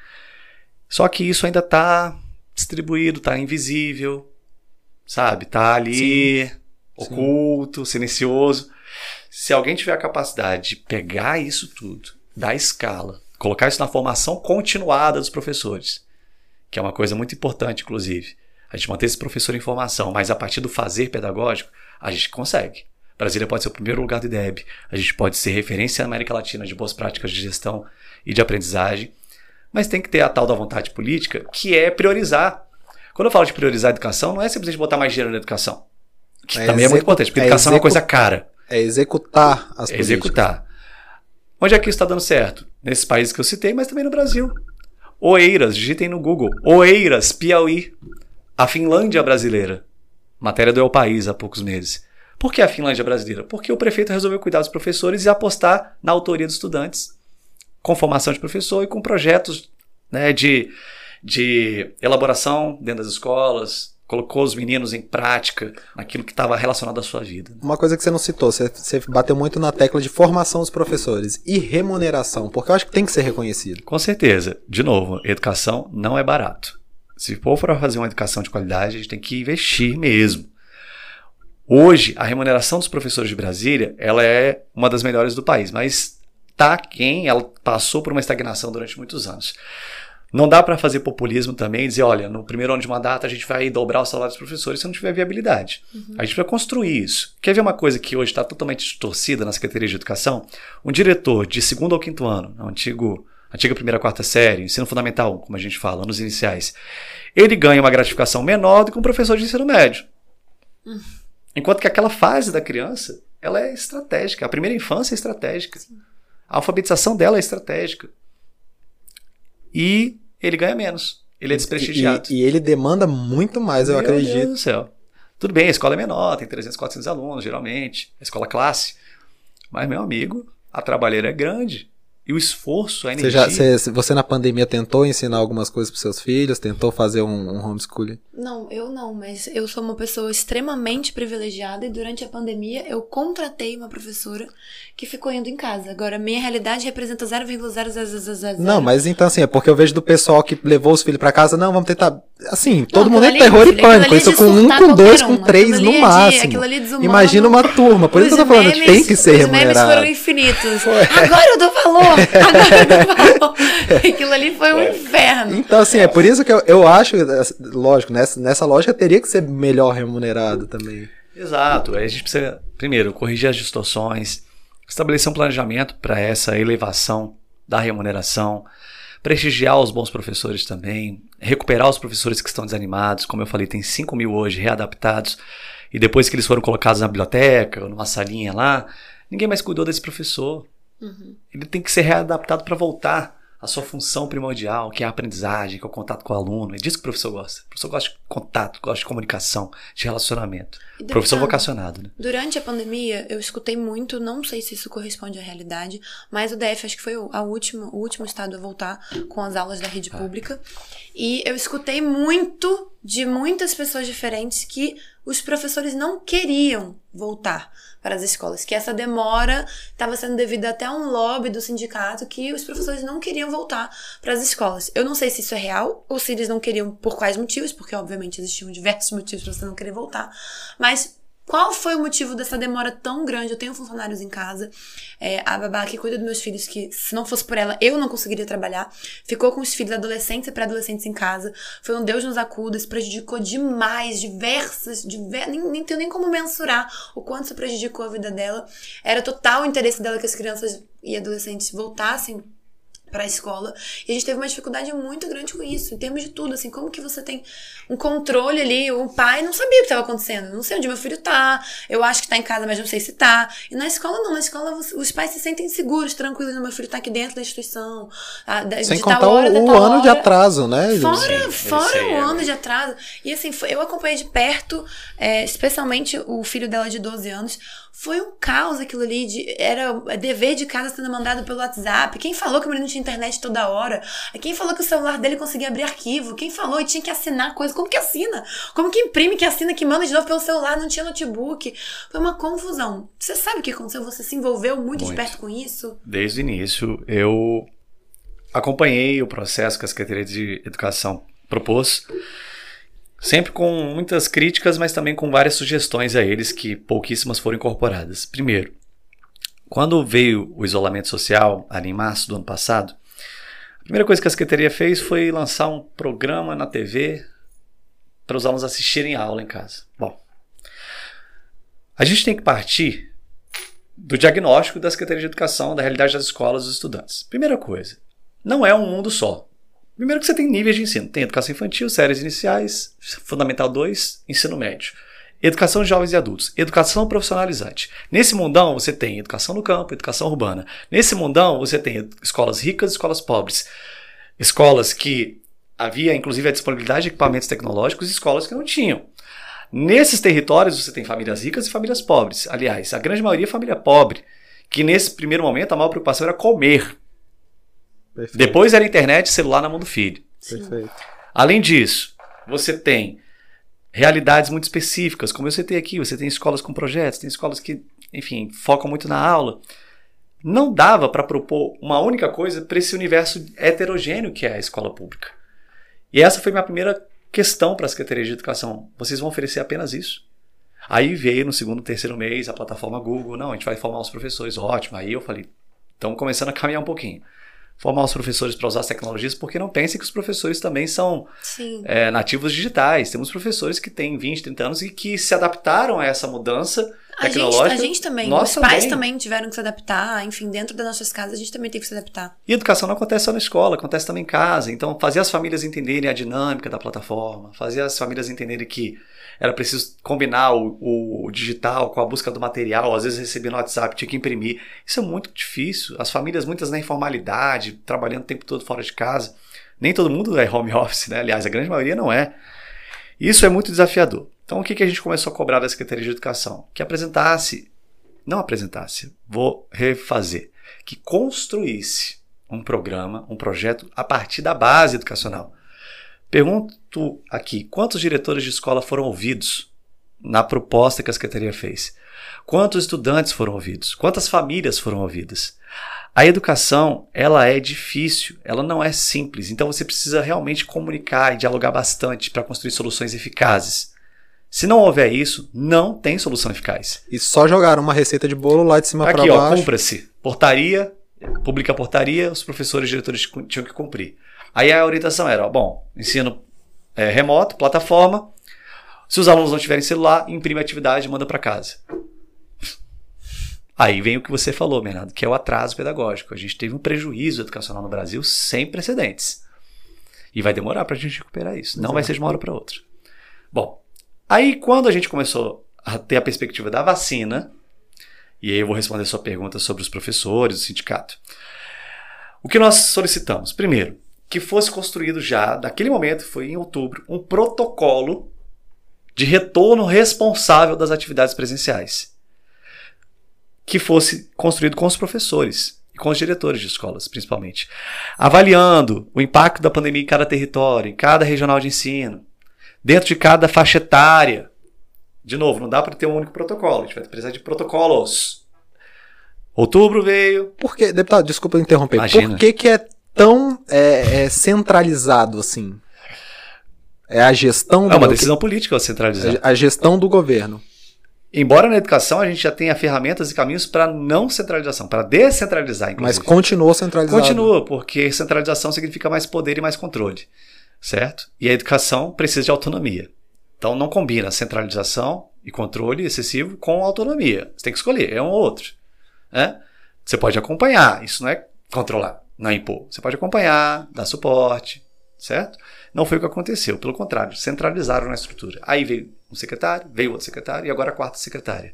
Só que isso ainda tá distribuído, tá invisível, sabe? Tá ali, sim, oculto, silencioso. Se alguém tiver a capacidade de pegar isso tudo, dar escala, colocar isso na formação continuada dos professores, que é uma coisa muito importante, inclusive. A gente manter esse professor em formação, mas a partir do fazer pedagógico, a gente consegue. Brasília pode ser o primeiro lugar do IDEB, a gente pode ser referência na América Latina de boas práticas de gestão e de aprendizagem, mas tem que ter a tal da vontade política, que é priorizar. Quando eu falo de priorizar a educação, não é simplesmente botar mais dinheiro na educação, que também é muito importante, porque educação é uma coisa cara. É executar as políticas. É executar. Onde é que isso está dando certo? Nesses países que eu citei, mas também no Brasil. Oeiras, digitem no Google. Oeiras, Piauí. A Finlândia brasileira. Matéria do El País há poucos meses. Por que a Finlândia brasileira? Porque o prefeito resolveu cuidar dos professores e apostar na autoria dos estudantes, com formação de professor e com projetos, né, de elaboração dentro das escolas, colocou os meninos em prática naquilo que estava relacionado à sua vida. Uma coisa que você não citou, você bateu muito na tecla de formação dos professores e remuneração, porque eu acho que tem que ser reconhecido. Com certeza. De novo, educação não é barato. Se for para fazer uma educação de qualidade, a gente tem que investir mesmo. Hoje, a remuneração dos professores de Brasília, ela é uma das melhores do país, mas ela passou por uma estagnação durante muitos anos. Não dá para fazer populismo também e dizer, olha, no primeiro ano de mandato a gente vai dobrar o salário dos professores se não tiver viabilidade. A gente vai construir isso. Quer ver uma coisa que hoje está totalmente distorcida na Secretaria de Educação? Um diretor de 2º ao 5º ano, antiga primeira, 4ª série, ensino fundamental, como a gente fala, anos iniciais, ele ganha uma gratificação menor do que um professor de ensino médio. Enquanto que aquela fase da criança, ela é estratégica. A primeira infância é estratégica. Sim. A alfabetização dela é estratégica. E ele ganha menos. Ele é desprestigiado. E ele demanda muito mais, eu acredito. Meu Deus do céu. Tudo bem, a escola é menor, tem 300, 400 alunos, geralmente. A escola classe. Mas, meu amigo, a trabalheira é grande. E o esforço, a energia... Você na pandemia tentou ensinar algumas coisas para seus filhos? Tentou fazer um homeschooling? Não, eu não, mas eu sou uma pessoa extremamente privilegiada e durante a pandemia eu contratei uma professora que ficou indo em casa. Agora, minha realidade representa 0,000. Não, mas então assim, é porque eu vejo do pessoal que levou os filhos para casa, não, vamos tentar... Assim, todo mundo é terror e pânico. Isso com 1, com 2, com 3 no máximo. Imagina uma turma. Por isso que eu tô falando, tem que ser remunerado. Os memes foram infinitos. Agora eu dou valor. Agora eu dou valor. Aquilo ali foi um inferno. Então, assim, é por isso que eu acho, lógico, nessa lógica teria que ser melhor remunerado também. Exato. Aí a gente precisa, primeiro, corrigir as distorções, estabelecer um planejamento para essa elevação dar remuneração, prestigiar os bons professores também, recuperar os professores que estão desanimados. Como eu falei, tem 5 mil hoje readaptados, e depois que eles foram colocados na biblioteca, numa salinha lá, ninguém mais cuidou desse professor. Ele tem que ser readaptado para voltar à sua função primordial, que é a aprendizagem, que é o contato com o aluno. É disso que o professor gosta. O professor gosta de contato, gosta de comunicação, de relacionamento. Professor vocacionado, né? Durante a pandemia, eu escutei muito, não sei se isso corresponde à realidade, mas o DF acho que foi o último estado a voltar com as aulas da rede pública. E eu escutei muito de muitas pessoas diferentes que os professores não queriam voltar para as escolas, que essa demora estava sendo devida até a um lobby do sindicato, que os professores não queriam voltar para as escolas. Eu não sei se isso é real ou se eles não queriam por quais motivos, porque obviamente existiam diversos motivos para você não querer voltar, mas qual foi o motivo dessa demora tão grande? Eu tenho funcionários em casa, a babá que cuida dos meus filhos, que se não fosse por ela, eu não conseguiria trabalhar, ficou com os filhos adolescentes e pré-adolescentes em casa, foi um Deus nos acuda, isso prejudicou demais, nem tenho nem como mensurar o quanto isso prejudicou a vida dela. Era total o interesse dela que as crianças e adolescentes voltassem para a escola, e a gente teve uma dificuldade muito grande com isso, em termos de tudo, assim, como que você tem um controle ali, o pai não sabia o que estava acontecendo, não sei onde meu filho tá, eu acho que tá em casa, mas não sei se tá, e na escola não, na escola os pais se sentem seguros, tranquilos, meu filho tá aqui dentro da instituição, sem contar o ano de atraso, né? Fora o ano de atraso, e assim, eu acompanhei de perto, especialmente o filho dela de 12 anos, foi um caos aquilo ali, era dever de casa sendo mandado pelo WhatsApp. Quem falou que o menino tinha internet toda hora? Quem falou que o celular dele conseguia abrir arquivo? Quem falou e tinha que assinar coisa? Como que assina? Como que imprime, que assina, que manda de novo pelo celular? Não tinha notebook. Foi uma confusão. Você sabe o que aconteceu? Você se envolveu muito de perto com isso? Desde o início, eu acompanhei o processo que a Secretaria de Educação propôs, sempre com muitas críticas, mas também com várias sugestões a eles, que pouquíssimas foram incorporadas. Primeiro, quando veio o isolamento social, ali em março do ano passado, a primeira coisa que a Secretaria fez foi lançar um programa na TV para os alunos assistirem a aula em casa. Bom, a gente tem que partir do diagnóstico da Secretaria de Educação, da realidade das escolas dos estudantes. Primeira coisa, não é um mundo só. Primeiro que você tem níveis de ensino. Tem educação infantil, séries iniciais, Fundamental 2, ensino médio. Educação de jovens e adultos. Educação profissionalizante. Nesse mundão você tem educação no campo, educação urbana. Nesse mundão você tem escolas ricas e escolas pobres. Escolas que havia inclusive a disponibilidade de equipamentos tecnológicos e escolas que não tinham. Nesses territórios você tem famílias ricas e famílias pobres. Aliás, a grande maioria é família pobre, que nesse primeiro momento a maior preocupação era comer. Perfeito. Depois era internet e celular na mão do filho. Perfeito. Além disso, você tem realidades muito específicas, como eu citei aqui, você tem escolas com projetos, tem escolas que, enfim, focam muito na aula. Não dava para propor uma única coisa para esse universo heterogêneo que é a escola pública. E essa foi minha primeira questão para a Secretaria de Educação. Vocês vão oferecer apenas isso? Aí veio no segundo, terceiro mês a plataforma Google, não, a gente vai formar os professores, ótimo. Aí eu falei, estamos começando a caminhar um pouquinho. Formar os professores para usar as tecnologias, porque não pensem que os professores também são nativos digitais. Temos professores que têm 20, 30 anos e que se adaptaram a essa mudança tecnológica. A gente também. Nós os pais também tiveram que se adaptar. Enfim, dentro das nossas casas a gente também teve que se adaptar. E educação não acontece só na escola, acontece também em casa. Então, fazer as famílias entenderem a dinâmica da plataforma, fazer as famílias entenderem que era preciso combinar o digital com a busca do material, às vezes receber no WhatsApp, tinha que imprimir. Isso é muito difícil. As famílias, muitas na informalidade, trabalhando o tempo todo fora de casa. Nem todo mundo é home office, né? Aliás, a grande maioria não é. Isso é muito desafiador. Então, o que a gente começou a cobrar da Secretaria de Educação? Que vou refazer, que construísse um programa, um projeto a partir da base educacional. Pergunto aqui, quantos diretores de escola foram ouvidos na proposta que a Secretaria fez? Quantos estudantes foram ouvidos? Quantas famílias foram ouvidas? A educação, ela é difícil, ela não é simples, então você precisa realmente comunicar e dialogar bastante para construir soluções eficazes. Se não houver isso, não tem solução eficaz. E só jogaram uma receita de bolo lá de cima para baixo. Aqui, cumpra-se. Portaria, publica a portaria, os professores e diretores tinham que cumprir. Aí a orientação era, ensino remoto, plataforma, se os alunos não tiverem celular, imprime a atividade e manda para casa. Aí vem o que você falou, Bernardo, que é o atraso pedagógico. A gente teve um prejuízo educacional no Brasil sem precedentes. E vai demorar para a gente recuperar isso. Não vai ser de uma hora para outra. Bom, aí quando a gente começou a ter a perspectiva da vacina, e aí eu vou responder a sua pergunta sobre os professores, o sindicato. O que nós solicitamos? Primeiro, que fosse construído já, naquele momento, foi em outubro, um protocolo de retorno responsável das atividades presenciais. Que fosse construído com os professores e com os diretores de escolas, principalmente. Avaliando o impacto da pandemia em cada território, em cada regional de ensino, dentro de cada faixa etária. De novo, não dá para ter um único protocolo, a gente vai precisar de protocolos. Outubro veio... Por que, deputado, desculpa interromper, Imagina. por que é tão centralizado assim? É a gestão... É uma decisão política centralizar. A gestão do governo. Embora na educação a gente já tenha ferramentas e caminhos para não centralização, para descentralizar, inclusive. Mas continua centralizado. Continua, porque centralização significa mais poder e mais controle, certo? E a educação precisa de autonomia. Então não combina centralização e controle excessivo com autonomia. Você tem que escolher, é um ou outro. Né? Você pode acompanhar, isso não é controlar, não é impor. Você pode acompanhar, dar suporte, certo? Não foi o que aconteceu, pelo contrário, centralizaram na estrutura. Aí veio um secretário, veio outro secretário e agora a quarta secretária.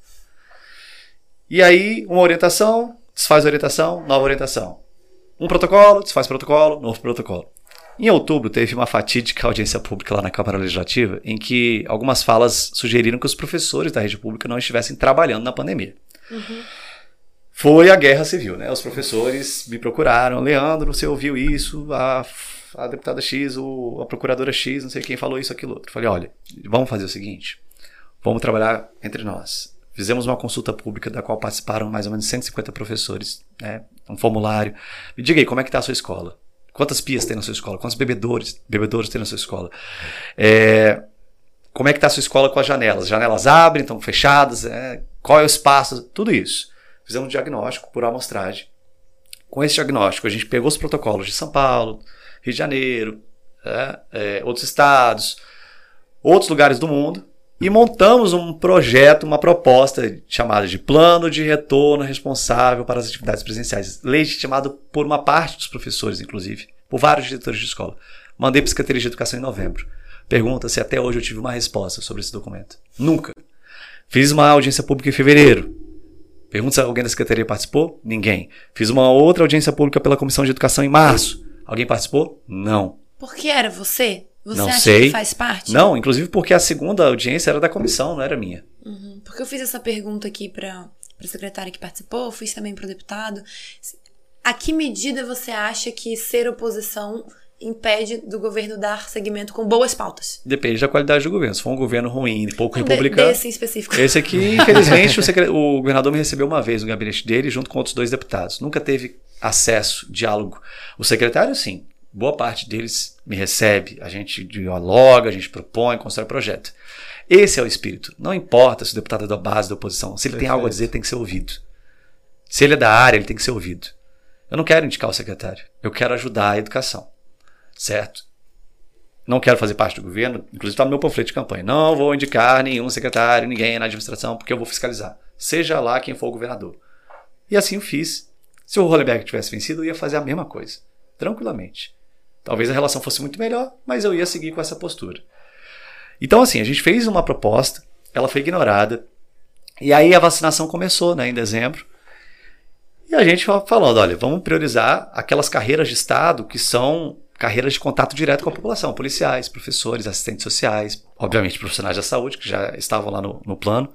E aí uma orientação, desfaz a orientação, nova orientação. Um protocolo, desfaz protocolo, novo protocolo. Em outubro, teve uma fatídica audiência pública lá na Câmara Legislativa, em que algumas falas sugeriram que os professores da rede pública não estivessem trabalhando na pandemia. Uhum. Foi a guerra civil, né? Os professores me procuraram, Leandro, você ouviu isso, a deputada X, a procuradora X, não sei quem falou isso, aquilo outro. Falei, olha, vamos fazer o seguinte, vamos trabalhar entre nós. Fizemos uma consulta pública da qual participaram mais ou menos 150 professores, né? Um formulário. Me diga aí, como é que está a sua escola? Quantas pias tem na sua escola? Quantos bebedouros tem na sua escola? Como é que está a sua escola com as janelas? As janelas abrem, estão fechadas? Qual é o espaço? Tudo isso. Fizemos um diagnóstico por amostragem. Com esse diagnóstico, a gente pegou os protocolos de São Paulo, Rio de Janeiro, outros estados, outros lugares do mundo, e montamos um projeto, uma proposta chamada de Plano de Retorno Responsável para as Atividades Presenciais, legitimado por uma parte dos professores, inclusive, por vários diretores de escola. Mandei para a Secretaria de Educação em novembro. Pergunta se até hoje eu tive uma resposta sobre esse documento. Nunca. Fiz uma audiência pública em fevereiro. Pergunta se alguém da Secretaria participou? Ninguém. Fiz uma outra audiência pública pela Comissão de Educação em março. Alguém participou? Não. Por que era você? Você não acha sei. que faz parte? Não, inclusive porque a segunda audiência era da comissão, não era minha. Uhum. Porque eu fiz essa pergunta aqui para o secretário que participou, fiz também para o deputado. A que medida você acha que ser oposição impede do governo dar seguimento com boas pautas? Depende da qualidade do governo. Se for um governo ruim, pouco republicano... Desse em específico. Esse aqui, infelizmente, o governador me recebeu uma vez no gabinete dele, junto com outros 2 deputados. Nunca teve acesso, diálogo. O secretário, sim. Boa parte deles me recebe, a gente dialoga, a gente propõe, constrói projeto. Esse é o espírito. Não importa se o deputado é da base, da oposição. Se ele tem algo a dizer, tem que ser ouvido. Se ele é da área, ele tem que ser ouvido. Eu não quero indicar o secretário. Eu quero ajudar a educação. Certo? Não quero fazer parte do governo. Inclusive está no meu panfleto de campanha. Não vou indicar nenhum secretário, ninguém na administração, porque eu vou fiscalizar. Seja lá quem for o governador. E assim eu fiz. Se o Hollenberg tivesse vencido, eu ia fazer a mesma coisa. Tranquilamente. Talvez a relação fosse muito melhor, mas eu ia seguir com essa postura. Então, assim, a gente fez uma proposta, ela foi ignorada, e aí a vacinação começou, né, em dezembro, e a gente falando, olha, vamos priorizar aquelas carreiras de Estado que são carreiras de contato direto com a população, policiais, professores, assistentes sociais, obviamente profissionais da saúde, que já estavam lá no plano.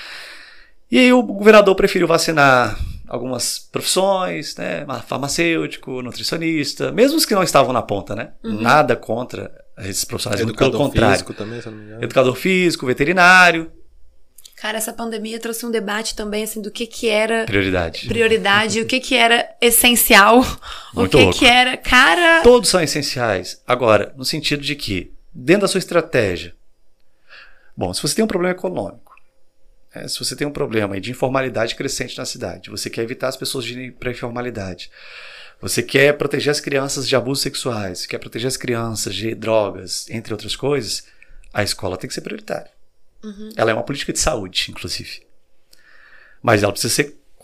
E aí o governador preferiu vacinar algumas profissões, né, farmacêutico, nutricionista, mesmo os que não estavam na ponta, né? Uhum. Nada contra esses profissionais, educador pelo contrário. Físico também, se eu não me engano. Educador físico, veterinário. Cara, essa pandemia trouxe um debate também, assim, do que era... Prioridade, o que era essencial, muito o louco. que era... Cara... Todos são essenciais. Agora, no sentido de que, dentro da sua estratégia, bom, se você tem um problema econômico, se você tem um problema de informalidade crescente na cidade, você quer evitar as pessoas de irem para a informalidade, você quer proteger as crianças de abusos sexuais, quer proteger as crianças de drogas, entre outras coisas, a escola tem que ser prioritária. Uhum. Ela é uma política de saúde, inclusive. Mas ela precisa ser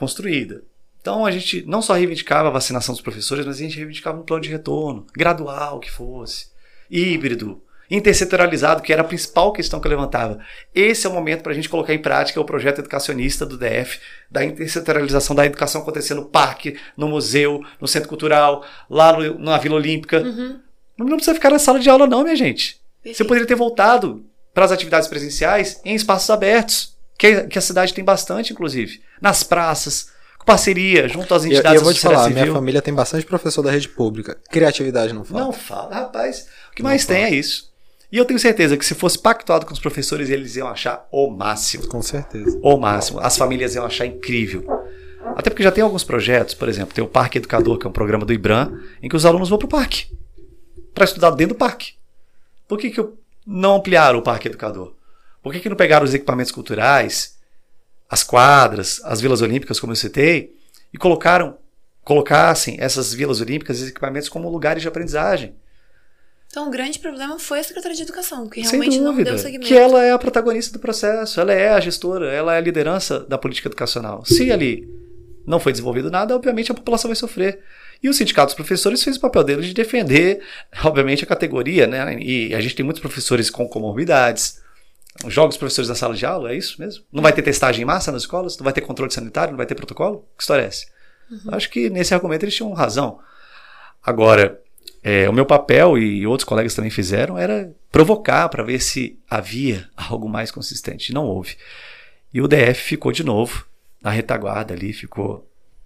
construída. Então a gente não só reivindicava a vacinação dos professores, mas a gente reivindicava um plano de retorno, gradual que fosse, híbrido, intersetorializado, que era a principal questão que eu levantava. Esse é o momento para a gente colocar em prática o projeto educacionista do DF, da intersetorialização da educação acontecer no parque, no museu, no centro cultural, lá na Vila Olímpica. Não precisa ficar na sala de aula não, minha gente. Perfeito. Você poderia ter voltado para as atividades presenciais em espaços abertos, que a cidade tem bastante, inclusive. Nas praças, com parceria, junto às entidades eu vou te falar, civil. minha família tem bastante professor da rede pública. Criatividade não falta. Não fala, rapaz. O que mais tem é isso. E eu tenho certeza que se fosse pactuado com os professores, eles iam achar o máximo. Com certeza. O máximo. As famílias iam achar incrível. Até porque já tem alguns projetos, por exemplo, tem o Parque Educador, que é um programa do IBRAM, em que os alunos vão para o parque, para estudar dentro do parque. Por que não ampliaram o Parque Educador? Por que não pegaram os equipamentos culturais, as quadras, as vilas olímpicas, como eu citei, e colocassem essas vilas olímpicas e equipamentos como lugares de aprendizagem? Então, o grande problema foi a Secretaria de Educação, que realmente não deu seguimento. Que ela é a protagonista do processo, ela é a gestora, ela é a liderança da política educacional. Se ali não foi desenvolvido nada, obviamente a população vai sofrer. E o Sindicato dos Professores fez o papel dele de defender, obviamente, a categoria, né? E a gente tem muitos professores com comorbidades. Joga os professores na sala de aula, é isso mesmo? Não vai ter testagem em massa nas escolas? Não vai ter controle sanitário? Não vai ter protocolo? Que história é essa? Acho que nesse argumento eles tinham razão. Agora, o meu papel, e outros colegas também fizeram, era provocar para ver se havia algo mais consistente. E não houve. E o DF ficou de novo na retaguarda ali, ficou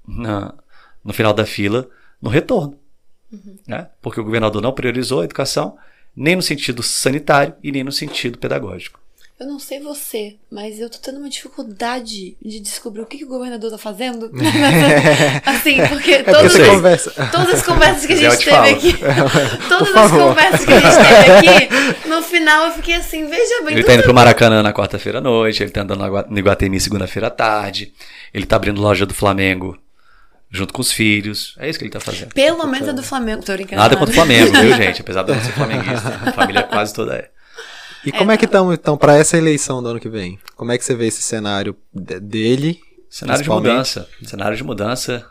no final da fila, no retorno. Né? Porque o governador não priorizou a educação, nem no sentido sanitário e nem no sentido pedagógico. Eu não sei você, mas eu tô tendo uma dificuldade de descobrir o que o governador tá fazendo. Assim, porque todas as conversas que a gente teve aqui, no final eu fiquei assim, veja bem. Ele tá indo pro Maracanã na quarta-feira à noite, ele tá andando no Iguatemi segunda-feira à tarde, ele tá abrindo loja do Flamengo junto com os filhos. É isso que ele tá fazendo. Pelo menos é do Flamengo, tô brincando. Nada contra o Flamengo, viu, gente? Apesar de eu não ser flamenguista, a família quase toda é. E como é que estão, então, para essa eleição do ano que vem? Como é que você vê esse cenário dele? Cenário de mudança. Cenário de mudança.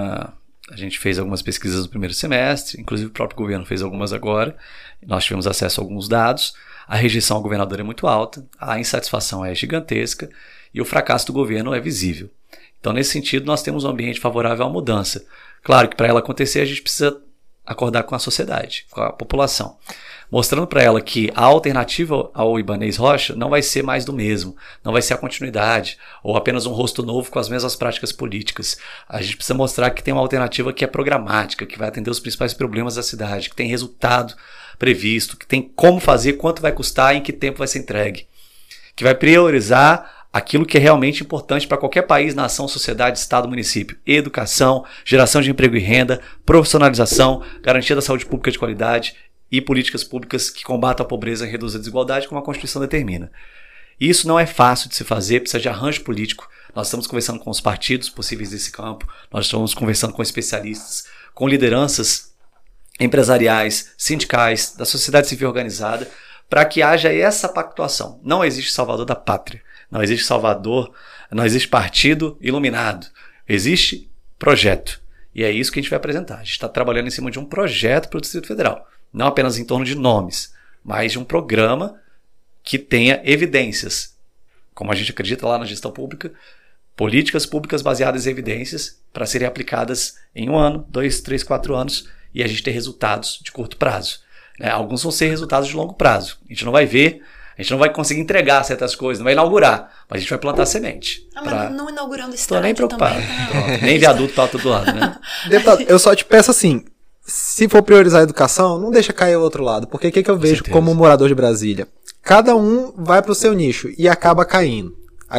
A gente fez algumas pesquisas no primeiro semestre, inclusive o próprio governo fez algumas agora. Nós tivemos acesso a alguns dados. A rejeição ao governador é muito alta, a insatisfação é gigantesca e o fracasso do governo é visível. Então, nesse sentido, nós temos um ambiente favorável à mudança. Claro que para ela acontecer, a gente precisa acordar com a sociedade, com a população, mostrando para ela que a alternativa ao Ibanez Rocha não vai ser mais do mesmo, não vai ser a continuidade, ou apenas um rosto novo com as mesmas práticas políticas. A gente precisa mostrar que tem uma alternativa que é programática, que vai atender os principais problemas da cidade, que tem resultado previsto, que tem como fazer, quanto vai custar e em que tempo vai ser entregue, que vai priorizar aquilo que é realmente importante para qualquer país, nação, sociedade, estado, município. Educação, geração de emprego e renda, profissionalização, garantia da saúde pública de qualidade e políticas públicas que combatam a pobreza e reduzam a desigualdade, como a Constituição determina. Isso não é fácil de se fazer, precisa de arranjo político. Nós estamos conversando com os partidos possíveis desse campo, nós estamos conversando com especialistas, com lideranças empresariais, sindicais, da sociedade civil organizada, para que haja essa pactuação. Não existe salvador da pátria. Não existe salvador, não existe partido iluminado. Existe projeto. E é isso que a gente vai apresentar. A gente está trabalhando em cima de um projeto para o Distrito Federal. Não apenas em torno de nomes, mas de um programa que tenha evidências. Como a gente acredita lá na gestão pública, políticas públicas baseadas em evidências para serem aplicadas em 1 ano, 2, 3, 4 anos e a gente ter resultados de curto prazo. Alguns vão ser resultados de longo prazo. A gente não vai ver. A gente não vai conseguir entregar certas coisas, não vai inaugurar, mas a gente vai plantar semente. Mas não inaugurando estádio. Tô nem preocupado. Também, nem viaduto para todo lado, né? Deputado, eu só te peço assim, se for priorizar a educação, não deixa cair o outro lado, porque o que eu vejo como morador de Brasília? Cada um vai pro seu nicho e acaba caindo.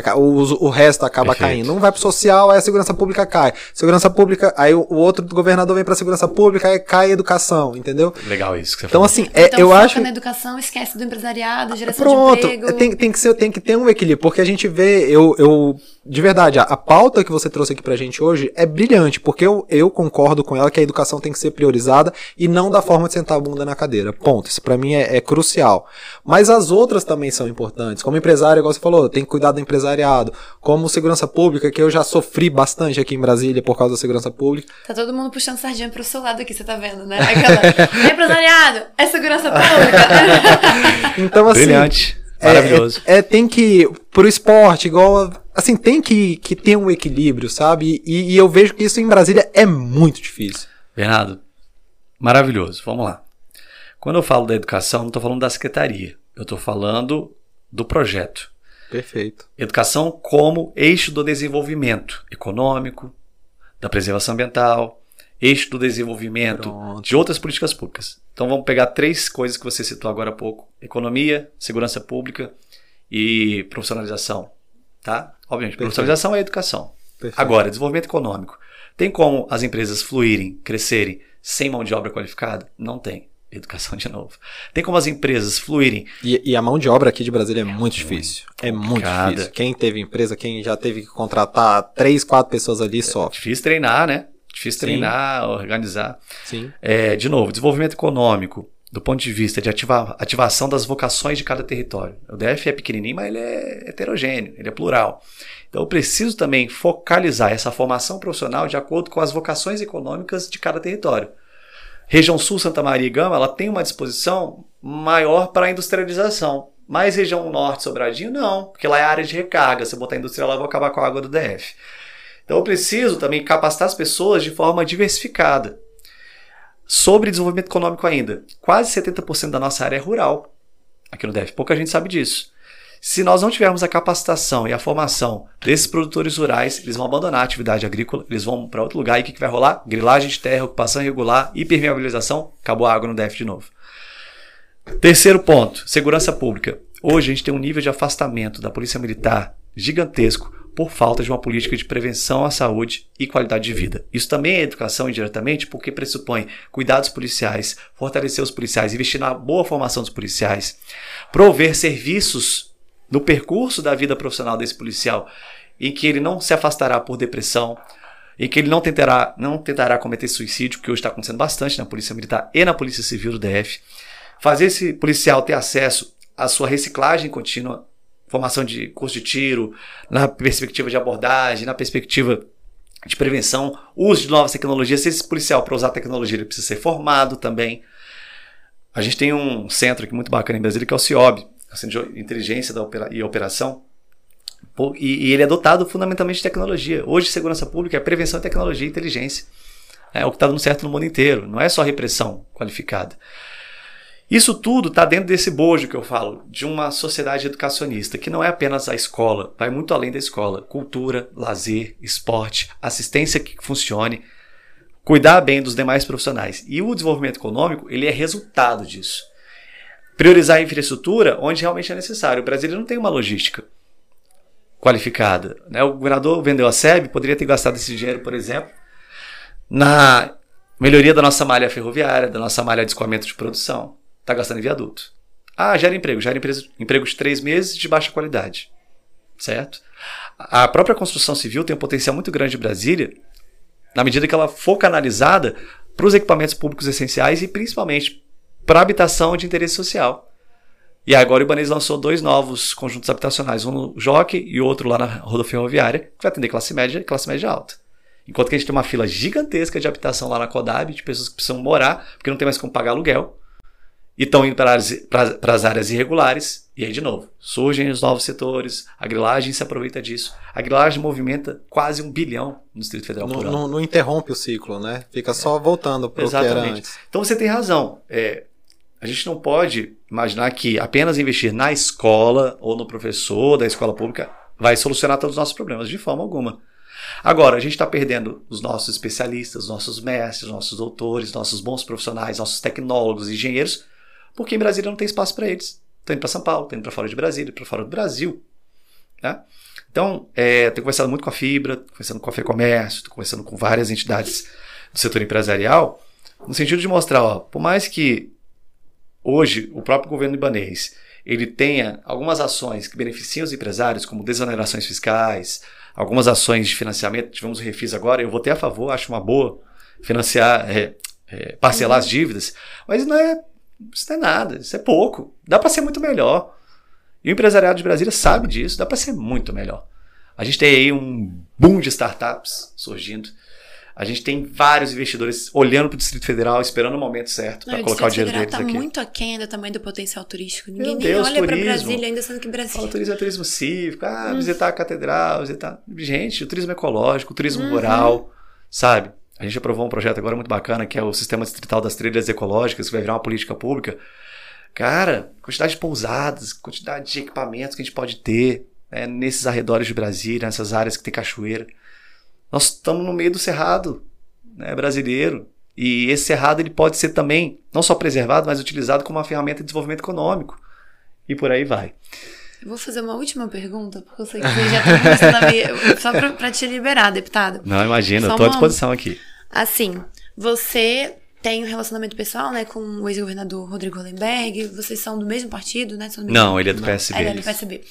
O resto acaba caindo. Um vai pro social, aí a segurança pública cai. Segurança pública, aí o outro governador vem pra segurança pública, aí cai a educação, entendeu? Legal isso que você então, falou. Assim, então, eu foca acho na educação, esquece do empresariado, geração de emprego. Tem que ter um equilíbrio, porque a gente vê, de verdade, a pauta que você trouxe aqui pra gente hoje é brilhante, porque eu concordo com ela que a educação tem que ser priorizada e não da forma de sentar a bunda na cadeira. Ponto. Isso pra mim é crucial. Mas as outras também são importantes. Como empresário, igual você falou, tem que cuidar da empresa empresariado, como segurança pública, que eu já sofri bastante aqui em Brasília por causa da segurança pública. Tá todo mundo puxando sardinha pro seu lado aqui, você tá vendo, né? Aquela, é empresariado, é segurança pública. Então, assim... Brilhante, maravilhoso. Tem que, pro esporte, igual... Assim, tem que ter um equilíbrio, sabe? E eu vejo que isso em Brasília é muito difícil. Bernardo, maravilhoso. Vamos lá. Quando eu falo da educação, não estou falando da secretaria. Eu estou falando do projeto. Perfeito. Educação como eixo do desenvolvimento econômico, da preservação ambiental, eixo do desenvolvimento de outras políticas públicas. Então vamos pegar 3 coisas que você citou agora há pouco. Economia, segurança pública e profissionalização. Tá? Obviamente, profissionalização é educação. Perfeito. Agora, desenvolvimento econômico. Tem como as empresas fluírem, crescerem sem mão de obra qualificada? Não tem. Educação de novo. Tem como as empresas fluírem. E a mão de obra aqui de Brasília é muito difícil. É muito complicada. difícil. Quem teve empresa, quem já teve que contratar 3, 4 pessoas ali sofre. Difícil treinar, né? Difícil Sim. treinar, organizar. Sim. De novo, desenvolvimento econômico, do ponto de vista de ativação das vocações de cada território. O DF é pequenininho, mas ele é heterogêneo, ele é plural. Então eu preciso também focalizar essa formação profissional de acordo com as vocações econômicas de cada território. Região Sul, Santa Maria e Gama, ela tem uma disposição maior para a industrialização. Mas região Norte, Sobradinho, não, porque lá é área de recarga. Se eu botar indústria lá, eu vou acabar com a água do DF. Então eu preciso também capacitar as pessoas de forma diversificada. Sobre desenvolvimento econômico ainda, quase 70% da nossa área é rural aqui no DF. Pouca gente sabe disso. Se nós não tivermos a capacitação e a formação desses produtores rurais, eles vão abandonar a atividade agrícola, eles vão para outro lugar e o que vai rolar? Grilagem de terra, ocupação irregular, hipermeabilização, acabou a água no DF de novo. Terceiro ponto, segurança pública. Hoje a gente tem um nível de afastamento da Polícia Militar gigantesco por falta de uma política de prevenção à saúde e qualidade de vida. Isso também é educação indiretamente porque pressupõe cuidados policiais, fortalecer os policiais, investir na boa formação dos policiais, prover serviços no percurso da vida profissional desse policial, em que ele não se afastará por depressão, em que ele não tentará cometer suicídio, que hoje está acontecendo bastante na Polícia Militar e na Polícia Civil do DF. Fazer esse policial ter acesso à sua reciclagem contínua, formação de curso de tiro, na perspectiva de abordagem, na perspectiva de prevenção, uso de novas tecnologias. Se esse policial, para usar a tecnologia, ele precisa ser formado também. A gente tem um centro aqui muito bacana em Brasília, que é o CIOB, Centro de Inteligência e Operação, e ele é dotado fundamentalmente de tecnologia. Hoje, segurança pública é prevenção, tecnologia e inteligência. É o que está dando certo no mundo inteiro, não é só repressão qualificada. Isso tudo está dentro desse bojo que eu falo, de uma sociedade educacionista, que não é apenas a escola, vai muito além da escola. Cultura, lazer, esporte, assistência que funcione, cuidar bem dos demais profissionais. E o desenvolvimento econômico, ele é resultado disso. Priorizar a infraestrutura onde realmente é necessário. O Brasil não tem uma logística qualificada. O governador vendeu a SEB, poderia ter gastado esse dinheiro, por exemplo, na melhoria da nossa malha ferroviária, da nossa malha de escoamento de produção. Está gastando em viaduto. Gera emprego de 3 meses de baixa qualidade. Certo? A própria construção civil tem um potencial muito grande em Brasília, na medida que ela for canalizada para os equipamentos públicos essenciais e principalmente para a habitação de interesse social. E agora o Ibanez lançou 2 novos conjuntos habitacionais, um no Jockey e outro lá na rodoferroviária, que vai atender classe média e classe média alta. Enquanto que a gente tem uma fila gigantesca de habitação lá na Codab, de pessoas que precisam morar, porque não tem mais como pagar aluguel, e estão indo para as áreas irregulares, e aí de novo, surgem os novos setores, a grilagem se aproveita disso. A grilagem movimenta quase 1 bilhão no Distrito Federal por ano. Não interrompe o ciclo, né? Fica só voltando para o que era antes. Então você tem razão. A gente não pode imaginar que apenas investir na escola ou no professor da escola pública vai solucionar todos os nossos problemas, de forma alguma. Agora, a gente está perdendo os nossos especialistas, nossos mestres, nossos doutores, nossos bons profissionais, nossos tecnólogos, engenheiros, porque em Brasília não tem espaço para eles. Estão indo para São Paulo, estão indo para fora de Brasília, para fora do Brasil. Né? Então, tenho conversado muito com a Fibra, conversando com a FEComércio, estou conversando com várias entidades do setor empresarial, no sentido de mostrar, por mais que hoje o próprio governo ibanês ele tenha algumas ações que beneficiam os empresários, como desonerações fiscais, algumas ações de financiamento, tivemos o Refis agora, eu vou ter a favor, acho uma boa financiar, parcelar as dívidas, mas isso não é nada, isso é pouco, dá para ser muito melhor. E o empresariado de Brasília sabe disso, dá para ser muito melhor. A gente tem aí um boom de startups surgindo. A gente tem vários investidores olhando para o Distrito Federal, esperando o momento certo para colocar o dinheiro deles aqui. O Distrito Federal está muito aquém do tamanho do potencial turístico. Ninguém nem olha para Brasília, ainda sendo que Brasília... Fala turismo é turismo cívico, visitar a catedral, visitar... Gente, o turismo ecológico, o turismo rural, sabe? A gente aprovou um projeto agora muito bacana, que é o Sistema Distrital das Trilhas Ecológicas, que vai virar uma política pública. Cara, quantidade de pousadas, quantidade de equipamentos que a gente pode ter, né, nesses arredores de Brasília, nessas áreas que tem cachoeira. Nós estamos no meio do cerrado, né, brasileiro. E esse cerrado ele pode ser também, não só preservado, mas utilizado como uma ferramenta de desenvolvimento econômico. E por aí vai. Eu vou fazer uma última pergunta, porque eu sei que você já está começando a ver, só para te liberar, deputado. Não, imagina, eu estou à disposição aqui. Assim, você tem um relacionamento pessoal, né, com o ex-governador Rodrigo Hollenberg, vocês são do mesmo partido, né? Não, ele é do PSB. Ele é do PSB.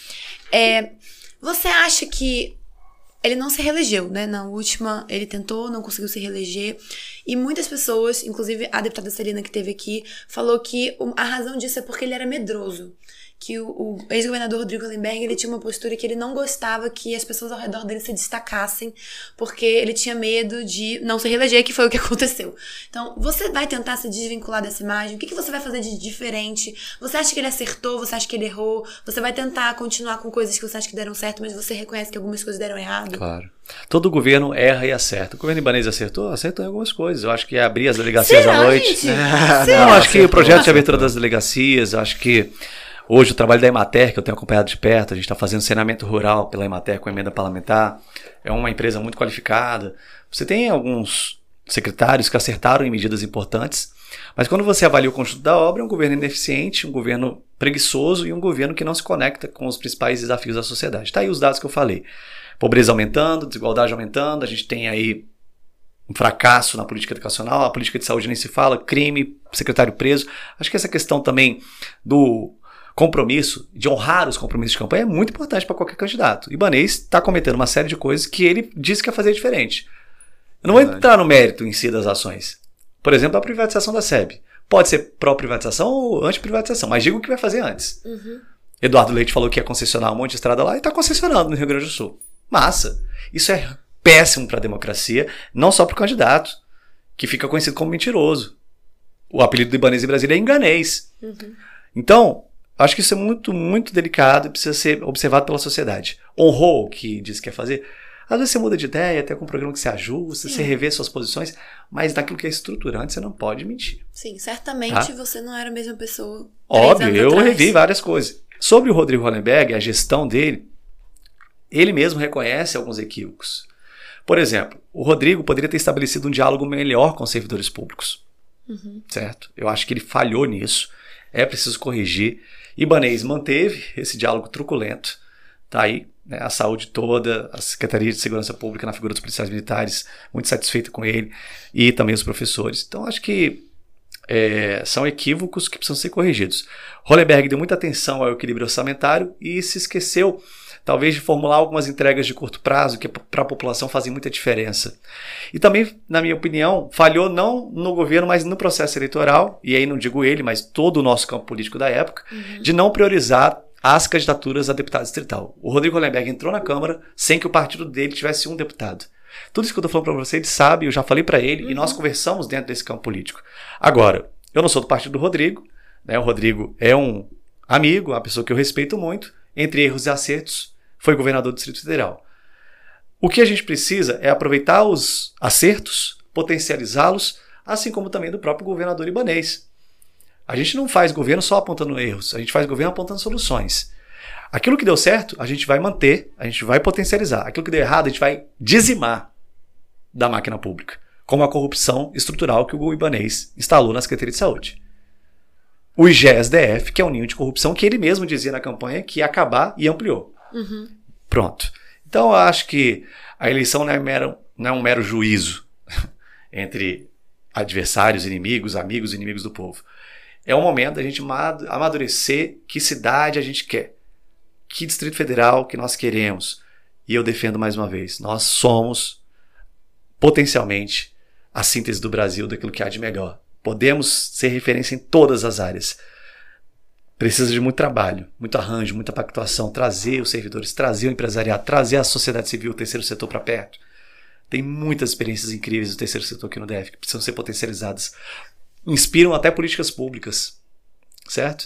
Você acha que ele não se reelegeu, né? Na última, ele tentou, não conseguiu se reeleger. E muitas pessoas, inclusive a deputada Celina que esteve aqui, falou que a razão disso é porque ele era medroso. Que o ex-governador Rodrigo Hollenberg, ele tinha uma postura que ele não gostava que as pessoas ao redor dele se destacassem, porque ele tinha medo de não se reeleger, que foi o que aconteceu. Então, você vai tentar se desvincular dessa imagem? O que você vai fazer de diferente? Você acha que ele acertou? Você acha que ele errou? Você vai tentar continuar com coisas que você acha que deram certo, mas você reconhece que algumas coisas deram errado? Claro. Todo governo erra e acerta. O governo Ibanez acertou em algumas coisas. Eu acho que abrir as delegacias à noite. Não, acho que o projeto de abertura das delegacias, acho que hoje o trabalho da Emater, que eu tenho acompanhado de perto, a gente está fazendo saneamento rural pela Emater com emenda parlamentar, é uma empresa muito qualificada. Você tem alguns secretários que acertaram em medidas importantes, mas quando você avalia o conjunto da obra, é um governo ineficiente, um governo preguiçoso e um governo que não se conecta com os principais desafios da sociedade. Está aí os dados que eu falei. Pobreza aumentando, desigualdade aumentando, a gente tem aí um fracasso na política educacional, a política de saúde nem se fala, crime, secretário preso. Acho que essa questão também do compromisso, de honrar os compromissos de campanha é muito importante para qualquer candidato. Ibanez está cometendo uma série de coisas que ele disse que ia fazer diferente. Eu não vou entrar no mérito em si das ações. Por exemplo, a privatização da SEB. Pode ser pró-privatização ou anti-privatização, mas diga o que vai fazer antes. Eduardo Leite falou que ia concessionar um monte de estrada lá e está concessionando no Rio Grande do Sul. Massa. Isso é péssimo para a democracia, não só para o candidato, que fica conhecido como mentiroso. O apelido do Ibanez em Brasília é enganês. Então, acho que isso é muito, muito delicado e precisa ser observado pela sociedade. Honrou o que disse que ia fazer? Às vezes você muda de ideia, até com um programa que você ajusta, você revê suas posições, mas naquilo que é estruturante você não pode mentir. Sim, certamente você não era a mesma pessoa. Óbvio, eu revi várias coisas. Sobre o Rodrigo Hollenberg, a gestão dele, ele mesmo reconhece alguns equívocos. Por exemplo, o Rodrigo poderia ter estabelecido um diálogo melhor com os servidores públicos. Certo? Eu acho que ele falhou nisso. É preciso corrigir. Ibanez manteve esse diálogo truculento. Tá aí, né, a saúde toda, a Secretaria de Segurança Pública na figura dos policiais militares, muito satisfeita com ele, e também os professores. Então, acho que são equívocos que precisam ser corrigidos. Hollenberg deu muita atenção ao equilíbrio orçamentário e se esqueceu, talvez, de formular algumas entregas de curto prazo que para a população fazem muita diferença. E também, na minha opinião, falhou não no governo, mas no processo eleitoral, e aí não digo ele, mas todo o nosso campo político da época, de não priorizar as candidaturas a deputado distrital. O Rodrigo Hollenberg entrou na Câmara sem que o partido dele tivesse um deputado. Tudo isso que eu estou falando para você, ele sabe, eu já falei para ele, e nós conversamos dentro desse campo político. Agora, eu não sou do partido do Rodrigo, né? O Rodrigo é um amigo, uma pessoa que eu respeito muito, entre erros e acertos, foi governador do Distrito Federal. O que a gente precisa é aproveitar os acertos, potencializá-los, assim como também do próprio governador Ibanez. A gente não faz governo só apontando erros, a gente faz governo apontando soluções. Aquilo que deu certo, a gente vai manter, a gente vai potencializar. Aquilo que deu errado, a gente vai dizimar da máquina pública, como a corrupção estrutural que o Ibanez instalou na Secretaria de Saúde. O IGES-DF, que é um ninho de corrupção que ele mesmo dizia na campanha que ia acabar e ampliou. Pronto. Então eu acho que a eleição não é um mero juízo entre adversários, inimigos, amigos e inimigos do povo. É um momento da gente amadurecer que cidade a gente quer, que Distrito Federal que nós queremos. E eu defendo mais uma vez, nós somos potencialmente a síntese do Brasil, daquilo que há de melhor. Podemos ser referência em todas as áreas. precisa de muito trabalho, muito arranjo, muita pactuação, trazer os servidores, trazer o empresariado, trazer a sociedade civil, o terceiro setor para perto. Tem muitas experiências incríveis do terceiro setor aqui no DF que precisam ser potencializadas. Inspiram até políticas públicas, certo?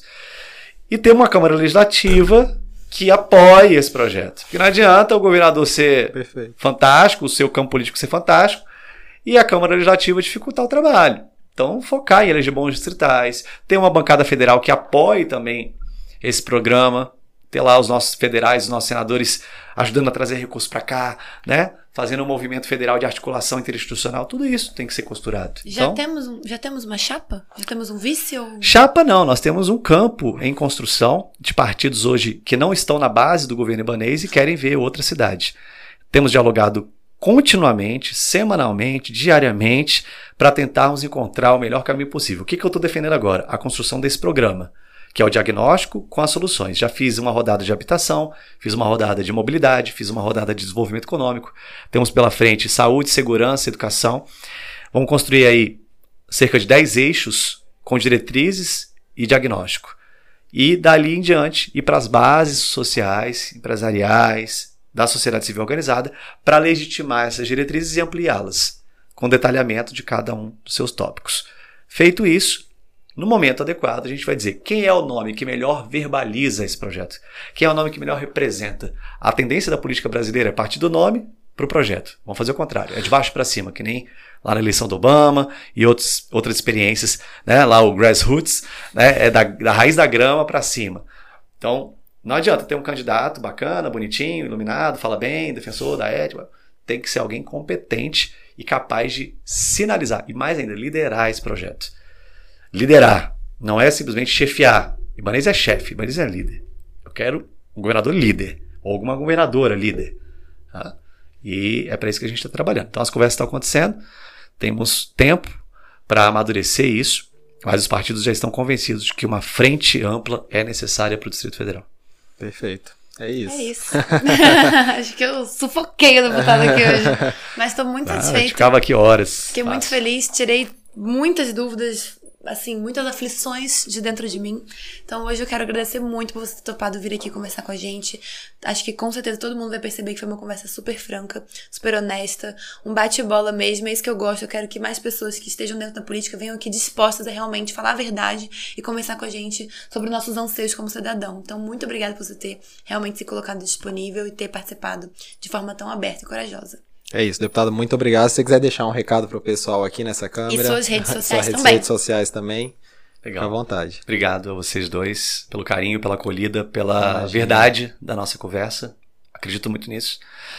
E ter uma Câmara Legislativa que apoie esse projeto. Porque não adianta o governador ser fantástico, o seu campo político ser fantástico, e a Câmara Legislativa dificultar o trabalho. Então, focar em eleger bons distritais, ter uma bancada federal que apoie também esse programa, ter lá os nossos federais, os nossos senadores ajudando a trazer recursos para cá, né? Fazendo um movimento federal de articulação interinstitucional, tudo isso tem que ser costurado. Já temos uma chapa? Já temos um vice? Ou... Chapa não, nós temos um campo em construção de partidos hoje que não estão na base do governo ibanês e querem ver outra cidade. Temos dialogado continuamente, semanalmente, diariamente, para tentarmos encontrar o melhor caminho possível. O que eu estou defendendo agora? A construção desse programa, que é o diagnóstico com as soluções. Já fiz uma rodada de habitação, fiz uma rodada de mobilidade, fiz uma rodada de desenvolvimento econômico. Temos pela frente saúde, segurança, educação. Vamos construir aí cerca de 10 eixos com diretrizes e diagnóstico. E dali em diante ir para as bases sociais, empresariais, da sociedade civil organizada, para legitimar essas diretrizes e ampliá-las, com detalhamento de cada um dos seus tópicos. Feito isso, no momento adequado, a gente vai dizer quem é o nome que melhor verbaliza esse projeto, quem é o nome que melhor representa. A tendência da política brasileira é partir do nome para o projeto. Vamos fazer o contrário, é de baixo para cima, que nem lá na eleição do Obama e outras experiências, né? Lá o grassroots, né? É da raiz da grama para cima. Então, não adianta ter um candidato bacana, bonitinho, iluminado, fala bem, defensor da ética. Tem que ser alguém competente e capaz de sinalizar, e mais ainda, liderar esse projeto. Liderar, não é simplesmente chefiar. Ibanez é chefe, Ibanez é líder. Eu quero um governador líder, ou alguma governadora líder. Tá? E é para isso que a gente está trabalhando. Então as conversas estão acontecendo, temos tempo para amadurecer isso, mas os partidos já estão convencidos de que uma frente ampla é necessária para o Distrito Federal. Perfeito. É isso. É isso. Acho que eu sufoquei o deputado aqui hoje. Mas estou muito satisfeita. Ficava aqui horas. Fiquei muito feliz, tirei muitas dúvidas, assim, muitas aflições de dentro de mim. Então hoje eu quero agradecer muito por você ter topado vir aqui conversar com a gente. Acho que com certeza todo mundo vai perceber que foi uma conversa super franca, super honesta, um bate-bola mesmo, é isso que eu gosto. Eu quero que mais pessoas que estejam dentro da política venham aqui dispostas a realmente falar a verdade e conversar com a gente sobre nossos anseios como cidadão. Então muito obrigada por você ter realmente se colocado disponível e ter participado de forma tão aberta e corajosa. É isso, deputado, muito obrigado. Se você quiser deixar um recado pro pessoal aqui nessa câmera. E suas redes sociais suas também. redes sociais também. Legal. Fica à vontade. Obrigado a vocês dois pelo carinho, pela acolhida, pela verdade da nossa conversa. Acredito muito nisso.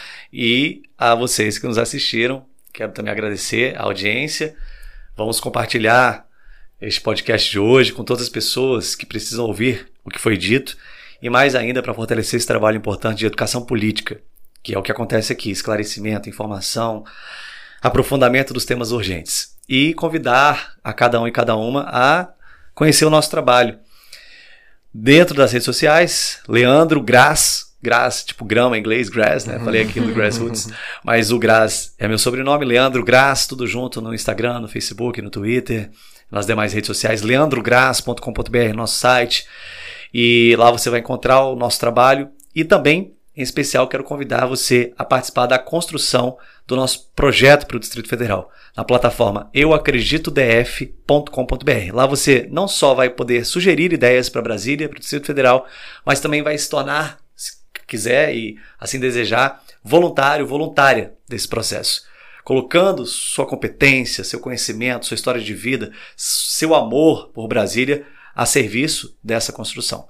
E a vocês que nos assistiram, quero também agradecer a audiência. Vamos compartilhar este podcast de hoje com todas as pessoas que precisam ouvir o que foi dito. E mais ainda para fortalecer esse trabalho importante de educação política, que é o que acontece aqui, esclarecimento, informação, aprofundamento dos temas urgentes. E convidar a cada um e cada uma a conhecer o nosso trabalho. Dentro das redes sociais, Leandro Graz, tipo grama em inglês, grass, né? Falei aqui do Grassroots, mas o Graz é meu sobrenome, Leandro Graz, tudo junto no Instagram, no Facebook, no Twitter, nas demais redes sociais, leandrograz.com.br, nosso site, e lá você vai encontrar o nosso trabalho e também, em especial, quero convidar você a participar da construção do nosso projeto para o Distrito Federal, na plataforma euacreditodf.com.br. Lá você não só vai poder sugerir ideias para Brasília, para o Distrito Federal, mas também vai se tornar, se quiser e assim desejar, voluntário, voluntária desse processo. Colocando sua competência, seu conhecimento, sua história de vida, seu amor por Brasília a serviço dessa construção.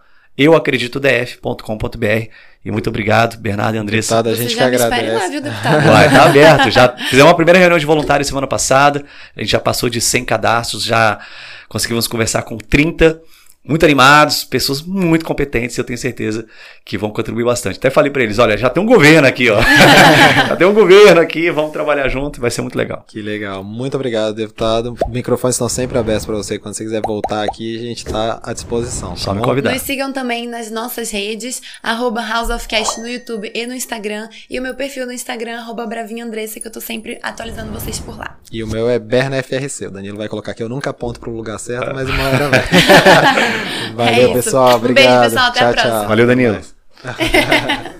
euacreditodf.com.br. E muito obrigado, Bernardo e Andressa. Deputado, a gente que agradece. Lá, viu, deputado? Vai, tá aberto. Já fizemos uma primeira reunião de voluntários semana passada. A gente já passou de 100 cadastros, já conseguimos conversar com 30, muito animados, pessoas muito competentes, e eu tenho certeza que vão contribuir bastante. Até falei para eles, olha, já tem um governo aqui, ó. Já tem um governo aqui, vamos trabalhar junto, vai ser muito legal. Que legal. Muito obrigado, deputado. Os microfones estão sempre abertos para você. Quando você quiser voltar aqui, a gente está à disposição. Só me convidar. Nos sigam também nas nossas redes, @HouseOfCast no YouTube e no Instagram, e o meu perfil no Instagram, @BravinhaAndressa, que eu tô sempre atualizando vocês por lá. E o meu é BernaFRC. O Danilo vai colocar aqui, eu nunca aponto pro lugar certo, mas uma hora vai. Valeu, isso. pessoal. Um beijo, Obrigado. pessoal. Até a Tchau, próxima. tchau. Valeu, Danilo.